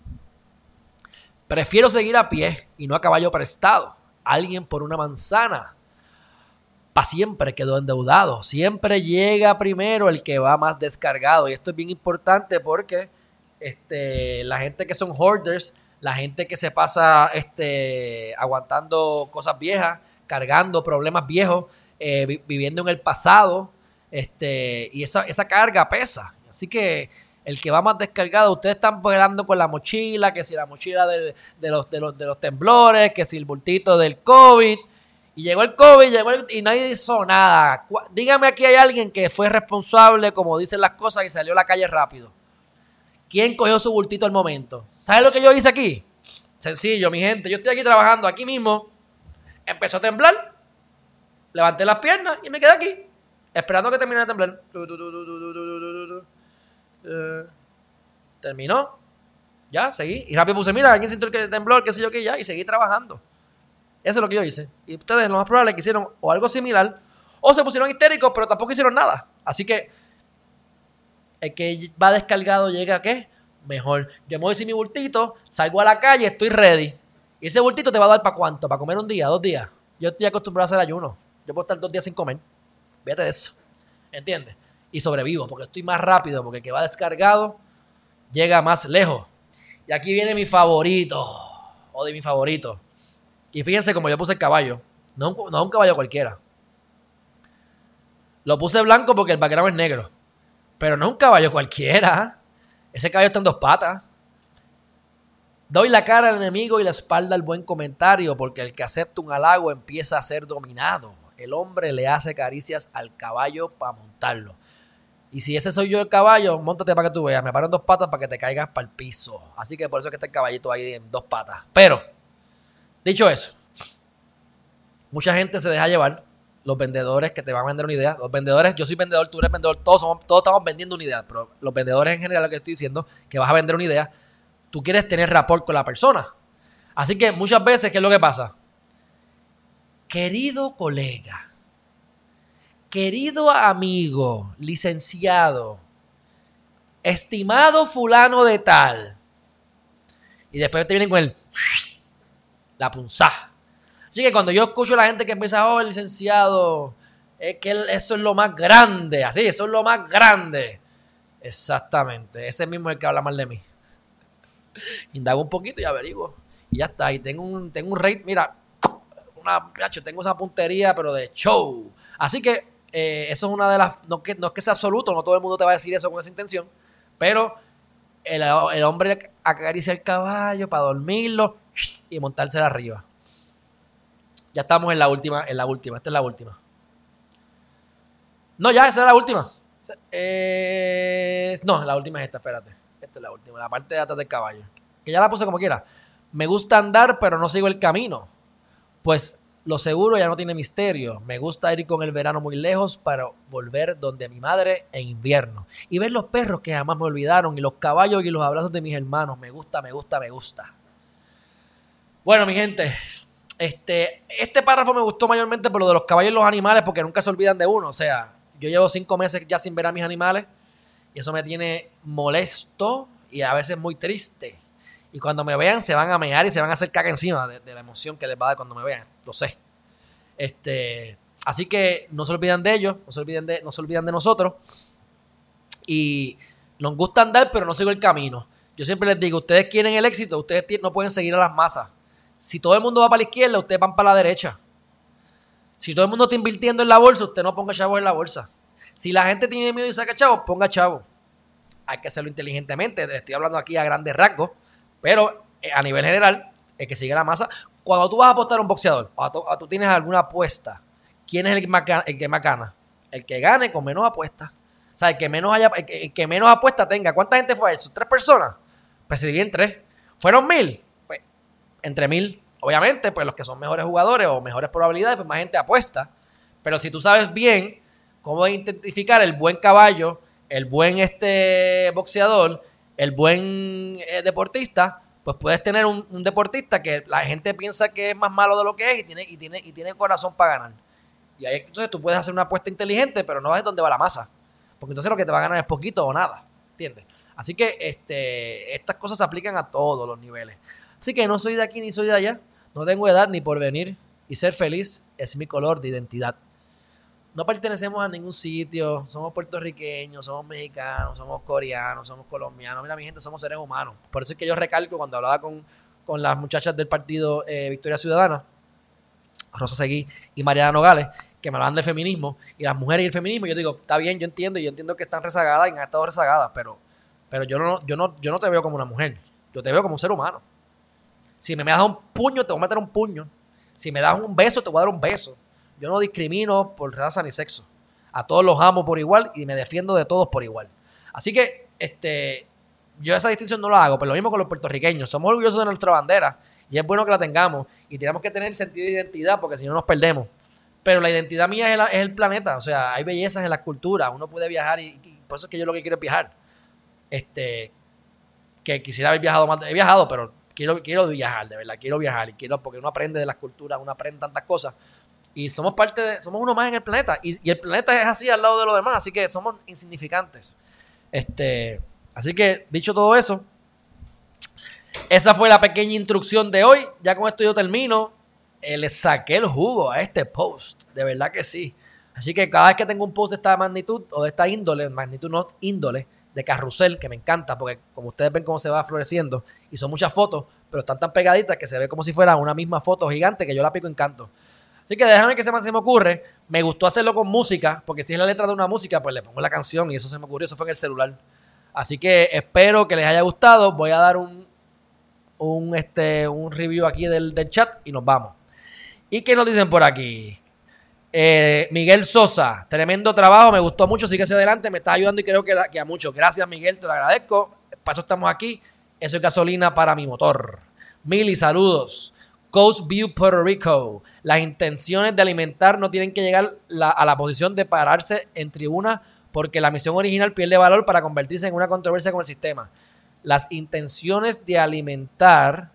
Prefiero seguir a pie y no a caballo prestado. Alguien por una manzana. Pa' siempre quedó endeudado. Siempre llega primero el que va más descargado. Y esto es bien importante porque este, la gente que son hoarders, la gente que se pasa este, aguantando cosas viejas, cargando problemas viejos, eh, vi, viviendo en el pasado, este, y esa, esa carga pesa. Así que el que va más descargado, ustedes están volando con la mochila, que si la mochila de, de, los, de, los, de los temblores, que si el bultito del COVID, y llegó el COVID llegó el, y nadie hizo nada. Dígame, aquí hay alguien que fue responsable, como dicen las cosas, y salió a la calle rápido. ¿Quién cogió su bultito al momento? ¿Sabe lo que yo hice aquí? Sencillo, mi gente. Yo estoy aquí trabajando, aquí mismo. Empezó a temblar. Levanté las piernas y me quedé aquí. Esperando que terminara de temblar. Uh, terminó. Ya, seguí. Y rápido puse, mira, alguien sintió el temblor, qué sé yo qué, ya. Y seguí trabajando. Eso es lo que yo hice. Y ustedes lo más probable es que hicieron o algo similar. O se pusieron histéricos, pero tampoco hicieron nada. Así que el que va descargado llega ¿a qué? mejor. Yo me voy sin mi bultito, salgo a la calle, estoy ready. Y ese bultito te va a dar para cuánto, para comer un día, dos días. Yo estoy acostumbrado a hacer ayuno. Yo puedo estar dos días sin comer. Fíjate de eso. ¿Entiendes? Y sobrevivo porque estoy más rápido, porque el que va descargado llega más lejos. Y aquí viene mi favorito, o de mi favorito. Y fíjense como yo puse el caballo. No un, no un caballo cualquiera. Lo puse blanco porque el background es negro. Pero no un caballo cualquiera. Ese caballo está en dos patas. Doy la cara al enemigo y la espalda al buen comentario, porque el que acepta un halago empieza a ser dominado. El hombre le hace caricias al caballo para montarlo. Y si ese soy yo el caballo, móntate para que tú veas. Me paro en dos patas para que te caigas para el piso. Así que por eso es que está el caballito ahí en dos patas. Pero, dicho eso, mucha gente se deja llevar. Los vendedores que te van a vender una idea. Los vendedores, yo soy vendedor, tú eres vendedor. Todos, somos, todos estamos vendiendo una idea. Pero los vendedores en general, lo que estoy diciendo, que vas a vender una idea, tú quieres tener rapport con la persona. Así que muchas veces, ¿qué es lo que pasa? Querido colega, querido amigo, licenciado, estimado fulano de tal. Y después te vienen con el la punzá. Así que cuando yo escucho a la gente que empieza, oh, el licenciado, es que eso es lo más grande. Así, eso es lo más grande. Exactamente. Ese mismo es el que habla mal de mí. Indago un poquito y averiguo. Y ya está. Y tengo un, tengo un rate, mira, una, tengo esa puntería, pero de show. Así que eh, eso es una de las... No, que, no es que sea absoluto, no todo el mundo te va a decir eso con esa intención, pero el, el hombre acaricia el caballo para dormirlo y montárselo arriba. Ya estamos en la última, en la última. Esta es la última. No, ya, esa es la última. Eh, no, la última es esta, espérate. Esta es la última, la parte de atrás del caballo. Que ya la puse como quiera. Me gusta andar, pero no sigo el camino. Pues lo seguro ya no tiene misterio. Me gusta ir con el verano muy lejos para volver donde mi madre en invierno. Y ver los perros que jamás me olvidaron y los caballos y los abrazos de mis hermanos. Me gusta, me gusta, me gusta. Bueno, mi gente, este, este párrafo me gustó mayormente por lo de los caballos y los animales porque nunca se olvidan de uno. O sea, yo llevo cinco meses ya sin ver a mis animales y eso me tiene molesto y a veces muy triste. Y cuando me vean se van a mear y se van a hacer caca encima de, de la emoción que les va a dar cuando me vean. Lo sé. Este, así que no se olviden de ellos, no se olviden de, no se olviden de nosotros. Y nos gusta andar, pero no sigo el camino. Yo siempre les digo, ustedes quieren el éxito, ustedes no pueden seguir a las masas. Si todo el mundo va para la izquierda, ustedes van para la derecha. Si todo el mundo está invirtiendo en la bolsa, usted no ponga chavos en la bolsa. Si la gente tiene miedo y saca chavos, ponga chavos. Hay que hacerlo inteligentemente. Estoy hablando aquí a grandes rasgos. Pero a nivel general, el que sigue la masa, cuando tú vas a apostar a un boxeador, o tú, o tú tienes alguna apuesta, ¿quién es el que, más, el que más gana? El que gane con menos apuestas. O sea, el que menos haya, el que, el que menos apuesta tenga. ¿Cuánta gente fue eso? ¿Tres personas? Pues se dividen tres. ¿Fueron mil? Pues entre mil. Obviamente, pues los que son mejores jugadores o mejores probabilidades, pues más gente apuesta. Pero si tú sabes bien cómo identificar el buen caballo, el buen este boxeador, el buen eh, deportista, pues puedes tener un, un deportista que la gente piensa que es más malo de lo que es y tiene, y tiene, y tiene corazón para ganar. Y ahí entonces tú puedes hacer una apuesta inteligente, pero no es donde va la masa. Porque entonces lo que te va a ganar es poquito o nada. ¿Entiendes? Así que este, estas cosas se aplican a todos los niveles. Así que no soy de aquí ni soy de allá. No tengo edad ni porvenir. Y ser feliz es mi color de identidad. No pertenecemos a ningún sitio, somos puertorriqueños, somos mexicanos, somos coreanos, somos colombianos. Mira, mi gente, somos seres humanos. Por eso es que yo recalco cuando hablaba con, con las muchachas del partido eh, Victoria Ciudadana, Rosa Seguí y Mariana Nogales, que me hablan de feminismo, y las mujeres y el feminismo, yo digo, está bien, yo entiendo, y yo entiendo que están rezagadas y han estado rezagadas, pero, pero yo, no, yo, no, yo no te veo como una mujer, yo te veo como un ser humano. Si me, me das un puño, te voy a meter un puño. Si me das un beso, te voy a dar un beso. Yo no discrimino por raza ni sexo. A todos los amo por igual y me defiendo de todos por igual. Así que este, yo esa distinción no la hago, pero lo mismo con los puertorriqueños. Somos orgullosos de nuestra bandera y es bueno que la tengamos y tenemos que tener el sentido de identidad porque si no nos perdemos. Pero la identidad mía es, la, es el planeta. O sea, hay bellezas en la cultura. Uno puede viajar y, y por eso es que yo lo que quiero es viajar. Este, que quisiera haber viajado más. He viajado, pero quiero, quiero viajar, de verdad. Quiero viajar y quiero porque uno aprende de las culturas, uno aprende tantas cosas. Y somos parte de, somos uno más en el planeta. Y, y el planeta es así al lado de los demás. Así que somos insignificantes. Este, así que, dicho todo eso, esa fue la pequeña instrucción de hoy. Ya con esto yo termino. Eh, le saqué el jugo a este post. De verdad que sí. Así que cada vez que tengo un post de esta magnitud o de esta índole, magnitud no índole, de carrusel, que me encanta porque como ustedes ven cómo se va floreciendo y son muchas fotos, pero están tan pegaditas que se ve como si fuera una misma foto gigante que yo la pico en canto. Así que déjame que se me, se me ocurre. Me gustó hacerlo con música, porque si es la letra de una música, pues le pongo la canción y eso se me ocurrió. Eso fue en el celular. Así que espero que les haya gustado. Voy a dar un, un, este, un review aquí del, del chat y nos vamos. ¿Y qué nos dicen por aquí? Eh, Miguel Sosa, tremendo trabajo, me gustó mucho, sigue hacia adelante, me estás ayudando y creo que, la, que a muchos. Gracias, Miguel, te lo agradezco. Para eso estamos aquí. Eso es gasolina para mi motor. Mili, saludos. Coast View, Puerto Rico. Las intenciones de alimentar no tienen que llegar la, a la posición de pararse en tribuna porque la misión original pierde valor para convertirse en una controversia con el sistema. Las intenciones de alimentar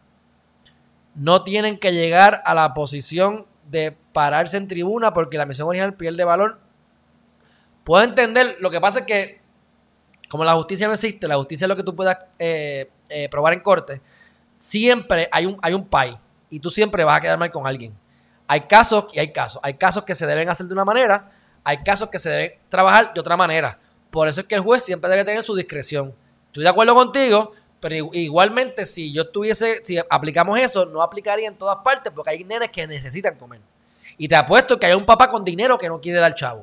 no tienen que llegar a la posición de pararse en tribuna porque la misión original pierde valor. Puedo entender, lo que pasa es que como la justicia no existe, la justicia es lo que tú puedas eh, eh, probar en corte, siempre hay un, hay un pay y tú siempre vas a quedar mal con alguien. Hay casos y hay casos. Hay casos que se deben hacer de una manera, hay casos que se deben trabajar de otra manera. Por eso es que el juez siempre debe tener su discreción. Estoy de acuerdo contigo, pero igualmente si yo estuviese, si aplicamos eso, no aplicaría en todas partes porque hay nenes que necesitan comer. Y te apuesto que hay un papá con dinero que no quiere dar chavo.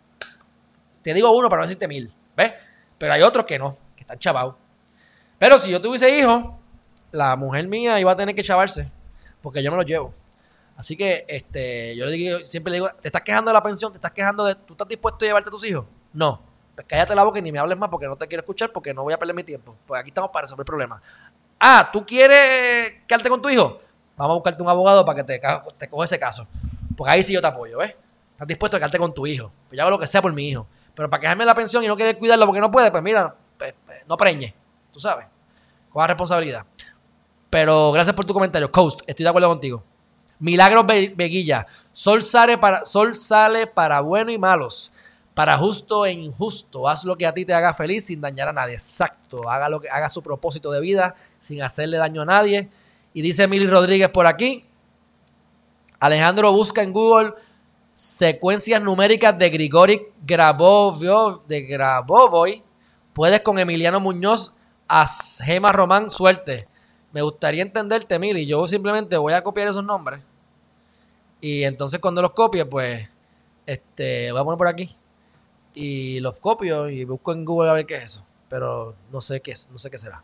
Te digo uno para no decirte mil, ¿ves? Pero hay otros que no, que están chavados. Pero si yo tuviese hijos, la mujer mía iba a tener que chavarse porque yo me los llevo. Así que este, yo le digo, siempre le digo, ¿te estás quejando de la pensión? ¿Te estás quejando de, tú estás dispuesto a llevarte a tus hijos? No. Pues cállate la boca y ni me hables más porque no te quiero escuchar porque no voy a perder mi tiempo. Pues aquí estamos para resolver el problema. Ah, ¿tú quieres quedarte con tu hijo? Vamos a buscarte un abogado para que te, te coja ese caso. Porque ahí sí yo te apoyo, ¿ves? Estás dispuesto a quedarte con tu hijo. Pues yo hago lo que sea por mi hijo. Pero para quejarme de la pensión y no querer cuidarlo porque no puede, pues mira, pues, pues, no preñe. Tú sabes. Coja responsabilidad. Pero gracias por tu comentario. Coast, estoy de acuerdo contigo. Milagros Veguilla. Sol sale para, sol sale para bueno y malos. Para justo e injusto. Haz lo que a ti te haga feliz sin dañar a nadie. Exacto. Haga, lo que, haga su propósito de vida sin hacerle daño a nadie. Y dice Mili Rodríguez por aquí. Alejandro busca en Google secuencias numéricas de Grigori Grabovoi. De Grabovoi. Puedes con Emiliano Muñoz a Gema Román. Suerte. Me gustaría entenderte, Mili. Yo simplemente voy a copiar esos nombres. Y entonces cuando los copie, pues, este, voy a poner por aquí. Y los copio y busco en Google a ver qué es eso. Pero no sé qué es, no sé qué será.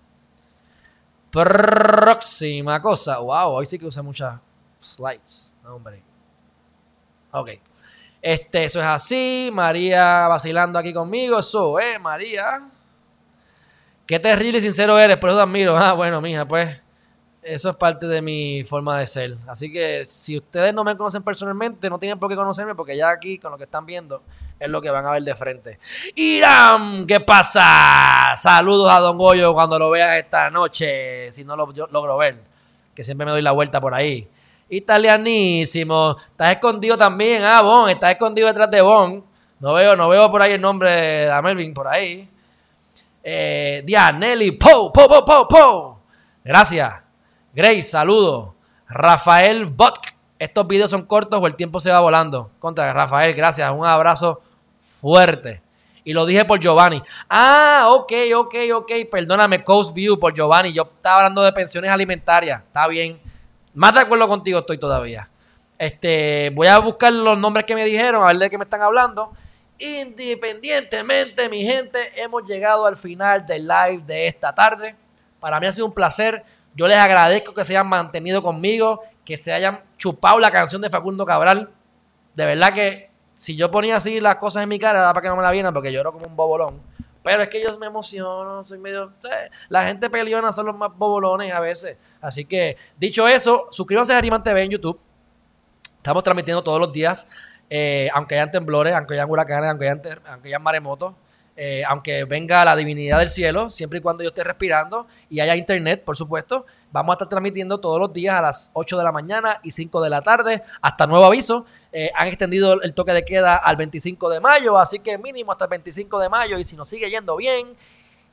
Próxima cosa. Wow, hoy sí que usé muchas slides. No, hombre. Ok. Este, eso es así. María vacilando aquí conmigo. Eso, eh, María. Qué terrible y sincero eres, por eso te admiro. Ah, bueno, mija, pues eso es parte de mi forma de ser. Así que si ustedes no me conocen personalmente, no tienen por qué conocerme porque ya aquí, con lo que están viendo, es lo que van a ver de frente. Irán, ¿qué pasa? Saludos a Don Goyo cuando lo veas esta noche, si no lo yo, logro ver, que siempre me doy la vuelta por ahí. Italianísimo. Estás escondido también, ah, Bon, estás escondido detrás de Bon. No veo, no veo por ahí el nombre de Melvin por ahí. Eh, Dianelli, po, po, po, po, po. Gracias. Grace, saludos. Rafael Bot. Estos videos son cortos o el tiempo se va volando. Contra Rafael, gracias. Un abrazo fuerte. Y lo dije por Giovanni. Ah, ok, ok, ok. Perdóname, Coast View por Giovanni. Yo estaba hablando de pensiones alimentarias. Está bien. Más de acuerdo contigo estoy todavía. Este, voy a buscar los nombres que me dijeron, a ver de qué me están hablando. Independientemente, mi gente, hemos llegado al final del live de esta tarde. Para mí ha sido un placer. Yo les agradezco que se hayan mantenido conmigo, que se hayan chupado la canción de Facundo Cabral. De verdad que si yo ponía así las cosas en mi cara era para que no me la vieran, porque lloro como un bobolón. Pero es que yo me emociono, soy medio... Eh, la gente peleona son los más bobolones a veces. Así que, dicho eso, suscríbanse a Harryman T V en YouTube. Estamos transmitiendo todos los días. Eh, aunque hayan temblores, aunque hayan huracanes, aunque hayan, ter- aunque hayan maremotos, eh, aunque venga la divinidad del cielo, siempre y cuando yo esté respirando y haya internet, por supuesto, vamos a estar transmitiendo todos los días a las ocho de la mañana y cinco de la tarde, hasta nuevo aviso. Eh, han extendido el toque de queda al veinticinco de mayo, así que mínimo hasta el veinticinco de mayo, y si nos sigue yendo bien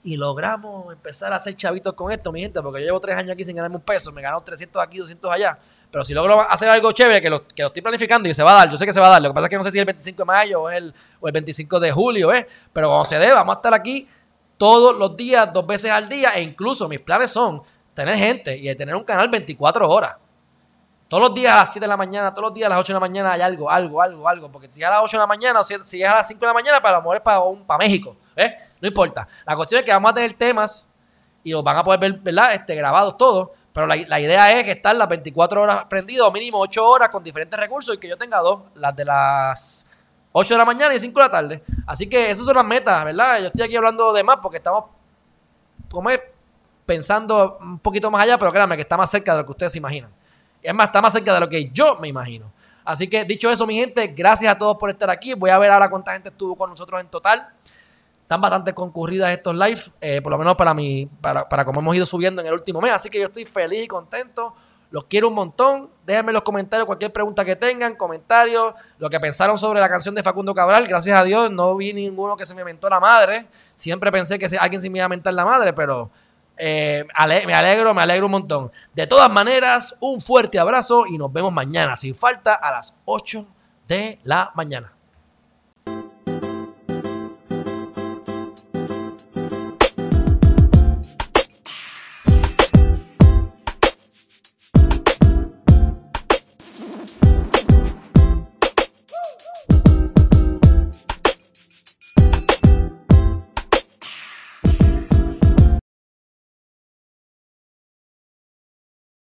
y logramos empezar a hacer chavitos con esto, mi gente, porque yo llevo tres años aquí sin ganarme un peso, me he ganado trescientos aquí, doscientos allá, pero si logro hacer algo chévere, que lo, que lo estoy planificando y se va a dar, yo sé que se va a dar, lo que pasa es que no sé si es el veinticinco de mayo o el, o el veinticinco de julio, ¿eh? Pero cuando se dé, vamos a estar aquí todos los días, dos veces al día, e incluso mis planes son tener gente y tener un canal veinticuatro horas. Todos los días a las siete de la mañana, todos los días a las ocho de la mañana hay algo, algo, algo, algo. Porque si es a las ocho de la mañana o si, si es a las cinco de la mañana, para lo mejor es para, un, para México. ¿eh? No importa. La cuestión es que vamos a tener temas y los van a poder ver, ¿verdad? Este, grabados todos. Pero la, la idea es que estar las veinticuatro horas prendidos, o mínimo ocho horas con diferentes recursos y que yo tenga dos, las de las ocho de la mañana y cinco de la tarde. Así que esas son las metas, ¿verdad? Yo estoy aquí hablando de más porque estamos como es, pensando un poquito más allá, pero créanme que está más cerca de lo que ustedes se imaginan. Es más, está más cerca de lo que yo me imagino. Así que, dicho eso, mi gente, gracias a todos por estar aquí. Voy a ver ahora cuánta gente estuvo con nosotros en total. Están bastante concurridas estos live, eh, por lo menos para, mi, para, para como hemos ido subiendo en el último mes. Así que yo estoy feliz y contento. Los quiero un montón. Déjenme en los comentarios cualquier pregunta que tengan, comentarios, lo que pensaron sobre la canción de Facundo Cabral. Gracias a Dios no vi ninguno que se me mentó la madre. Siempre pensé que alguien se me iba a mentar la madre, pero... Eh, ale- me alegro, me alegro un montón. De todas maneras, un fuerte abrazo y nos vemos mañana, sin falta, a las ocho de la mañana.